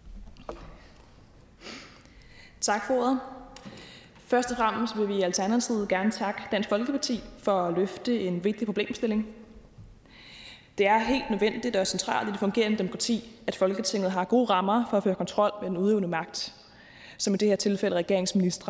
Tak for ordet. Først og fremmest vil vi i Alternativet gerne takke Dansk Folkeparti for at løfte en vigtig problemstilling. Det er helt nødvendigt og centralt i det fungerende demokrati, at Folketinget har gode rammer for at føre kontrol med den udøvende magt, som i det her tilfælde regeringsministre.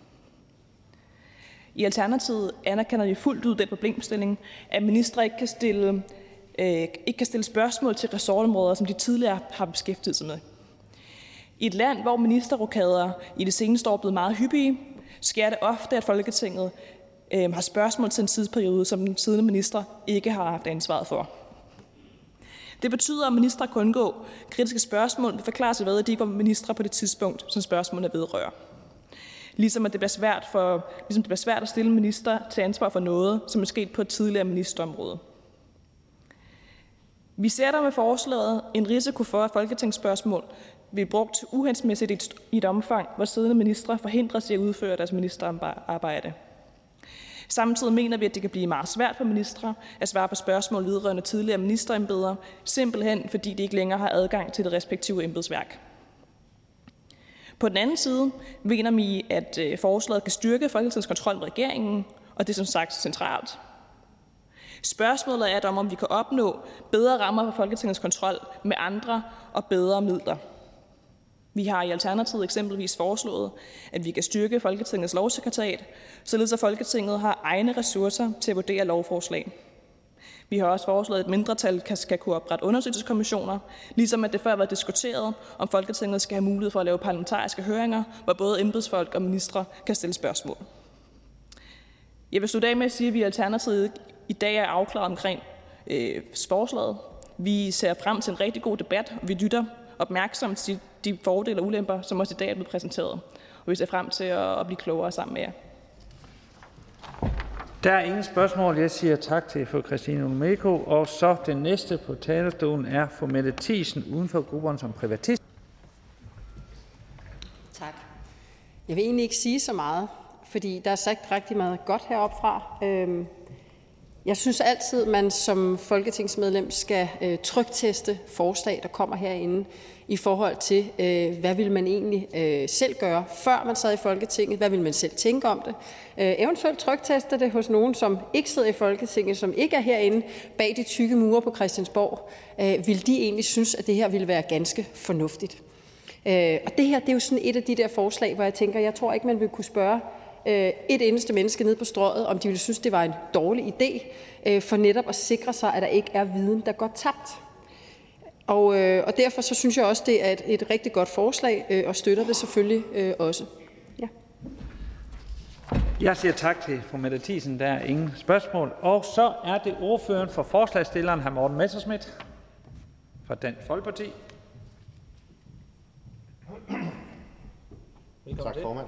I Alternativet anerkender vi fuldt ud den problemstilling, at ministre ikke kan stille, øh, ikke kan stille spørgsmål til ressortområder, som de tidligere har beskæftiget sig med. I et land, hvor ministerrokader i det seneste år er blevet meget hyppige, sker det ofte, at Folketinget øh, har spørgsmål til en tidsperiode, som den siddende minister ikke har haft ansvaret for. Det betyder, at ministre kan undgå kritiske spørgsmål, der forklarer sig ved, at de ikke var ministre på det tidspunkt, som spørgsmålene vedrører. Ligesom, at det bliver svært for, ligesom det bliver svært at stille en minister til ansvar for noget, som er sket på et tidligere ministerområde. Vi ser der med forslaget en risiko for, at folketingsspørgsmål bliver brugt uhensigtsmæssigt i et omfang, hvor siddende ministre forhindres i at udføre deres ministerarbejde. Samtidig mener vi, at det kan blive meget svært for ministre at svare på spørgsmål vedrørende tidligere ministerembeder, simpelthen fordi de ikke længere har adgang til det respektive embedsværk. På den anden side mener vi, at forslaget kan styrke Folketingets kontrol med regeringen, og det er som sagt centralt. Spørgsmålet er dog, om vi kan opnå bedre rammer for Folketingets kontrol med andre og bedre midler. Vi har i Alternativet eksempelvis foreslået, at vi kan styrke Folketingets lovsekretariat, således at Folketinget har egne ressourcer til at vurdere lovforslag. Vi har også foreslået, at et mindretal skal kunne oprette undersøgelseskommissioner, ligesom at det før har været diskuteret, om Folketinget skal have mulighed for at lave parlamentariske høringer, hvor både embedsfolk og ministre kan stille spørgsmål. Jeg vil slutte af med at sige, at vi i Alternativet i dag er afklaret omkring øh, forslaget. Vi ser frem til en rigtig god debat, og vi lytter opmærksomt til de fordele og ulemper, som også i dag er blevet præsenteret. Og vi ser frem til at blive klogere sammen med jer. Der er ingen spørgsmål. Jeg siger tak til fru Christina Olumeko. Og så den næste på talerstolen er fru Mette Thiesen, uden for grupperne som privatist. Tak. Jeg vil egentlig ikke sige så meget, fordi der er sagt rigtig meget godt heroppe fra. Jeg synes altid, man som folketingsmedlem skal øh, trykteste forslag, der kommer herinde, i forhold til, øh, hvad vil man egentlig øh, selv gøre, før man sad i Folketinget, hvad vil man selv tænke om det. Øh, eventuelt trykteste det hos nogen, som ikke sidder i Folketinget, som ikke er herinde bag de tykke mure på Christiansborg. Øh, vil de egentlig synes, at det her ville være ganske fornuftigt? Øh, og det her, det er jo sådan et af de der forslag, hvor jeg tænker, jeg tror ikke, man vil kunne spørge et eneste menneske nede på strøget, om de ville synes, det var en dårlig idé, for netop at sikre sig, at der ikke er viden, der går tabt. Og, og derfor så synes jeg også, det er et, et rigtig godt forslag, og støtter det selvfølgelig også. Ja. Jeg siger tak til fru Mette Thiesen. Der er ingen spørgsmål. Og så er det ordføreren for forslagsstilleren, hr. Morten Messerschmidt fra Dansk Folkeparti. Tak, formand.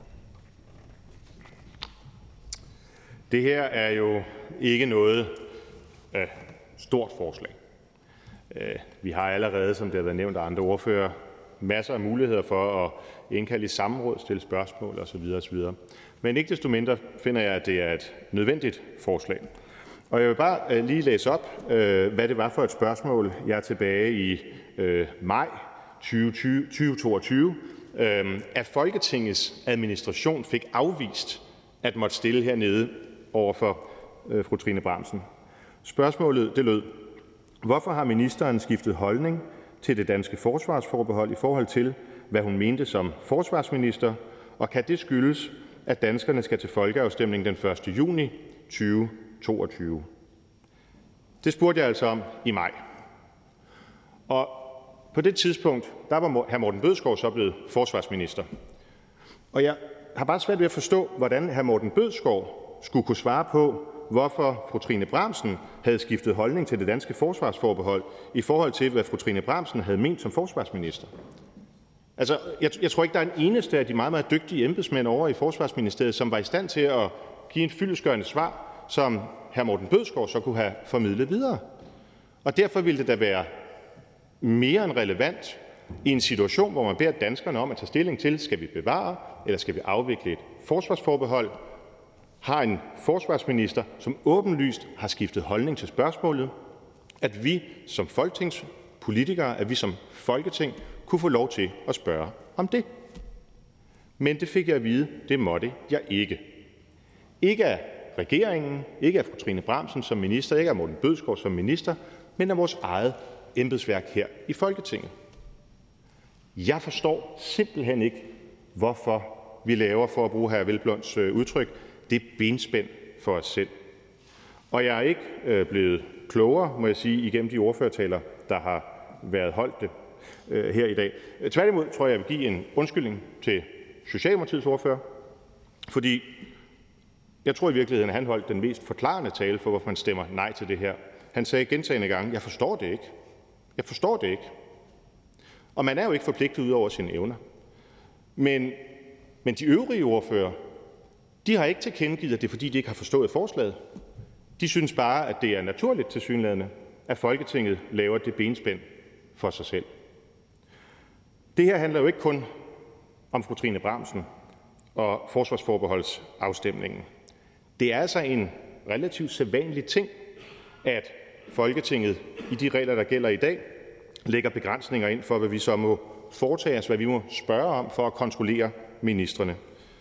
Det her er jo ikke noget øh, stort forslag. Øh, vi har allerede, som det har været nævnt af andre ordfører, masser af muligheder for at indkalde i samråd, stille spørgsmål osv. osv. Men ikke desto mindre finder jeg, at det er et nødvendigt forslag. Og jeg vil bare øh, lige læse op, øh, hvad det var for et spørgsmål, jeg tilbage i øh, maj tyve toogtyve øh, af Folketingets administration fik afvist at måtte stille hernede over for øh, fru Trine Bramsen. Spørgsmålet det lød: Hvorfor har ministeren skiftet holdning til det danske forsvarsforbehold, i forhold til hvad hun mente som forsvarsminister, og kan det skyldes, at danskerne skal til folkeafstemning den første juni tyve toogtyve? Det spurgte jeg altså om i maj. Og på det tidspunkt der var hr. Morten Bødskov så blevet forsvarsminister. Og jeg har bare svært ved at forstå, hvordan hr. Morten Bødskov skulle kunne svare på, hvorfor fru Trine Bramsen havde skiftet holdning til det danske forsvarsforbehold, i forhold til hvad fru Trine Bramsen havde ment som forsvarsminister. Altså, jeg, jeg tror ikke, der er en eneste af de meget, meget dygtige embedsmænd over i Forsvarsministeriet, som var i stand til at give en fyldestgørende svar, som hr. Morten Bødskov så kunne have formidlet videre. Og derfor ville det da være mere end relevant i en situation, hvor man beder danskerne om at tage stilling til, skal vi bevare eller skal vi afvikle et forsvarsforbehold, har en forsvarsminister, som åbenlyst har skiftet holdning til spørgsmålet, at vi som folketingspolitikere, at vi som Folketing kunne få lov til at spørge om det. Men det fik jeg at vide, det måtte jeg ikke. Ikke af regeringen, ikke af fru Trine Bramsen som minister, ikke af Morten Bødskov som minister, men af vores eget embedsværk her i Folketinget. Jeg forstår simpelthen ikke, hvorfor vi laver, for at bruge hr. Hvelplunds udtryk, det benspænd for os selv. Og jeg er ikke øh, blevet klogere, må jeg sige, igennem de ordførertaler, der har været holdt det øh, her i dag. Tværtimod tror jeg, jeg vil give en undskyldning til Socialdemokratiets ordfører, fordi jeg tror i virkeligheden, at han holdt den mest forklarende tale for, hvorfor man stemmer nej til det her. Han sagde gentagne gange, jeg forstår det ikke. Jeg forstår det ikke. Og man er jo ikke forpligtet ud over sine evner. Men, men de øvrige ordfører, de har ikke tilkendegivet, at det er fordi, de ikke har forstået forslaget. De synes bare, at det er naturligt tilsyneladende, at Folketinget laver det benspænd for sig selv. Det her handler jo ikke kun om fru Trine Bramsen og forsvarsforbeholdsafstemningen. Det er altså en relativt sædvanlig ting, at Folketinget i de regler, der gælder i dag, lægger begrænsninger ind for, hvad vi så må foretage os, hvad vi må spørge om for at kontrollere ministrene.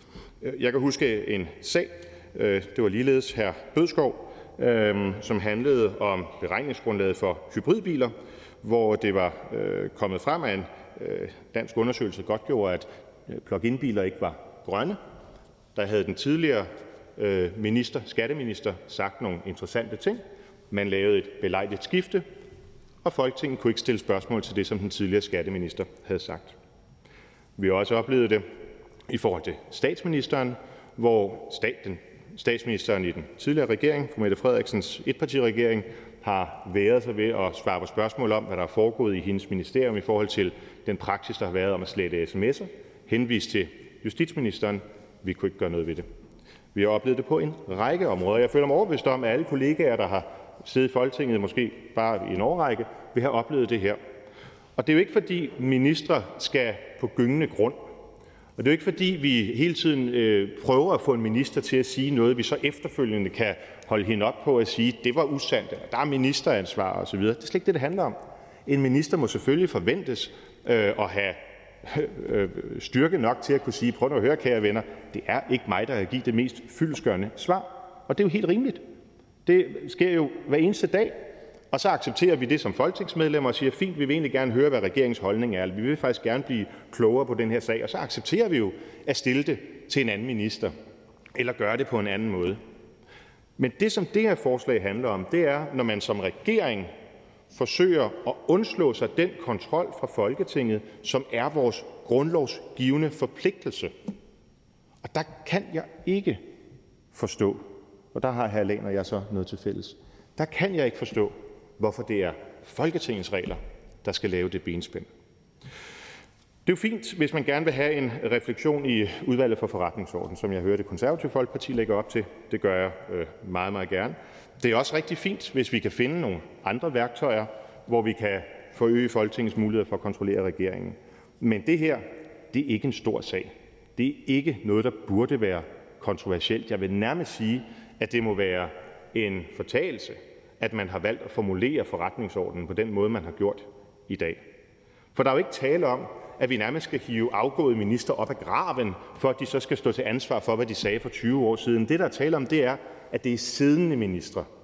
Jeg kan huske en sag, det var ligeledes hr. Bødskov, som handlede om beregningsgrundlaget for hybridbiler, hvor det var kommet frem, at en dansk undersøgelse godtgjorde, at plug-in-biler ikke var grønne. Der havde den tidligere minister, skatteminister, sagt nogle interessante ting. Man lavede et belejligt skifte, og Folketinget kunne ikke stille spørgsmål til det, som den tidligere skatteminister havde sagt. Vi har også oplevet det i forhold til statsministeren, hvor staten, statsministeren i den tidligere regering, fru Mette Frederiksens etpartiregering, har været sig ved at svare på spørgsmål om, hvad der er foregået i hendes ministerium i forhold til den praksis, der har været om at slette sms'er, henvist til justitsministeren. Vi kunne ikke gøre noget ved det. Vi har oplevet det på en række områder. Jeg føler mig overbevist om, at alle kollegaer, der har siddet i Folketinget, måske bare i en årrække, vil have oplevet det her. Og det er jo ikke, fordi ministre skal på gyngende grund. Og det er jo ikke, fordi vi hele tiden øh, prøver at få en minister til at sige noget, vi så efterfølgende kan holde hende op på at sige, det var usandt, eller der er ministeransvar osv. Det er slet ikke det, det handler om. En minister må selvfølgelig forventes øh, at have øh, styrke nok til at kunne sige, prøv nu at høre, kære venner, det er ikke mig, der har givet det mest fyldestgørende svar. Og det er jo helt rimeligt. Det sker jo hver eneste dag. Og så accepterer vi det som folketingsmedlemmer og siger, fint, vi vil egentlig gerne høre, hvad regeringens holdning er. Vi vil faktisk gerne blive klogere på den her sag. Og så accepterer vi jo at stille det til en anden minister, eller gøre det på en anden måde. Men det, som det her forslag handler om, det er, når man som regering forsøger at undslå sig den kontrol fra Folketinget, som er vores grundlovsgivende forpligtelse. Og der kan jeg ikke forstå, og der har hr. Lahn og jeg så noget til fælles, der kan jeg ikke forstå, hvorfor det er Folketingets regler, der skal lave det benspænd. Det er jo fint, hvis man gerne vil have en refleksion i Udvalget for Forretningsorden, som jeg hører Det Konservative Folkeparti lægger op til. Det gør jeg øh, meget, meget gerne. Det er også rigtig fint, hvis vi kan finde nogle andre værktøjer, hvor vi kan forøge Folketingets muligheder for at kontrollere regeringen. Men det her, det er ikke en stor sag. Det er ikke noget, der burde være kontroversielt. Jeg vil nærmest sige, at det må være en fortalelse, at man har valgt at formulere forretningsordenen på den måde, man har gjort i dag. For der er jo ikke tale om, at vi nærmest skal hive afgåede minister op af graven, for at de så skal stå til ansvar for, hvad de sagde for tyve år siden. Det, der er tale om, det er, at det er siddende ministre,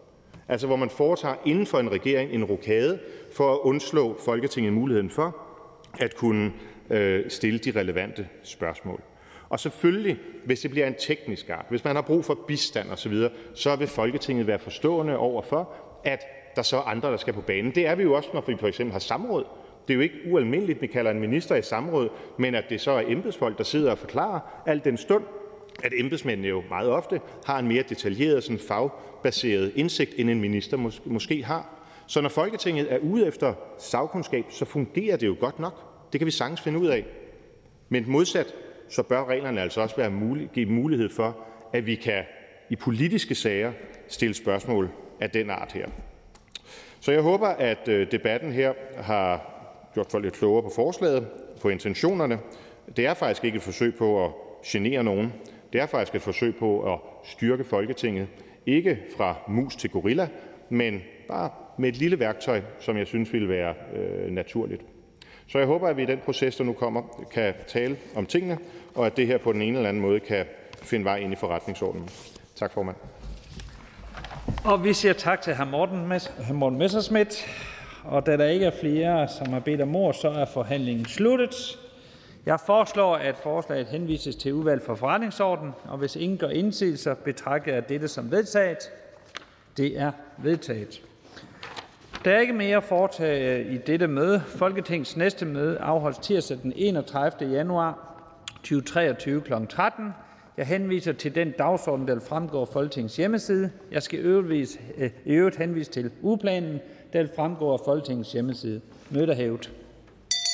Altså hvor man foretager inden for en regering en rokade for at undslå Folketinget muligheden for at kunne øh, stille de relevante spørgsmål. Og selvfølgelig, hvis det bliver en teknisk art, hvis man har brug for bistand osv., så vil Folketinget være forstående over for, at der så er andre, der skal på banen. Det er vi jo også, når vi for eksempel har samråd. Det er jo ikke ualmindeligt, at vi kalder en minister i samråd, men at det så er embedsfolk, der sidder og forklarer, al den stund, at embedsmændene jo meget ofte har en mere detaljeret, sådan fagbaseret indsigt, end en minister mås- måske har. Så når Folketinget er ude efter sagkundskab, så fungerer det jo godt nok. Det kan vi sagtens finde ud af. Men modsat, så bør reglerne altså også være mulig, give mulighed for, at vi kan i politiske sager stille spørgsmål af den art her. Så jeg håber, at debatten her har gjort folk lidt klogere på forslaget, på intentionerne. Det er faktisk ikke et forsøg på at genere nogen. Det er faktisk et forsøg på at styrke Folketinget. Ikke fra mus til gorilla, men bare med et lille værktøj, som jeg synes ville være øh, naturligt. Så jeg håber, at vi i den proces, der nu kommer, kan tale om tingene, og at det her på den ene eller anden måde kan finde vej ind i forretningsordenen. Tak, formand. Og vi siger tak til hr. Morten, Mes- hr. Morten Messerschmidt. Og da der ikke er flere, som har bedt om ord, så er forhandlingen sluttet. Jeg foreslår, at forslaget henvises til Udvalget for Forretningsordenen, og hvis ingen gør indsigelser, betragter jeg dette som vedtaget. Det er vedtaget. Der er ikke mere at foretage i dette møde. Folketingets næste møde afholdes tirsdag den enogtredivte januar to tusind og treogtyve klokken tretten. Jeg henviser til den dagsorden, der vil fremgå af Folketingets hjemmeside. Jeg skal i øvrigt henvise til ugeplanen, der vil fremgå af Folketingets hjemmeside. Mødet er hævet.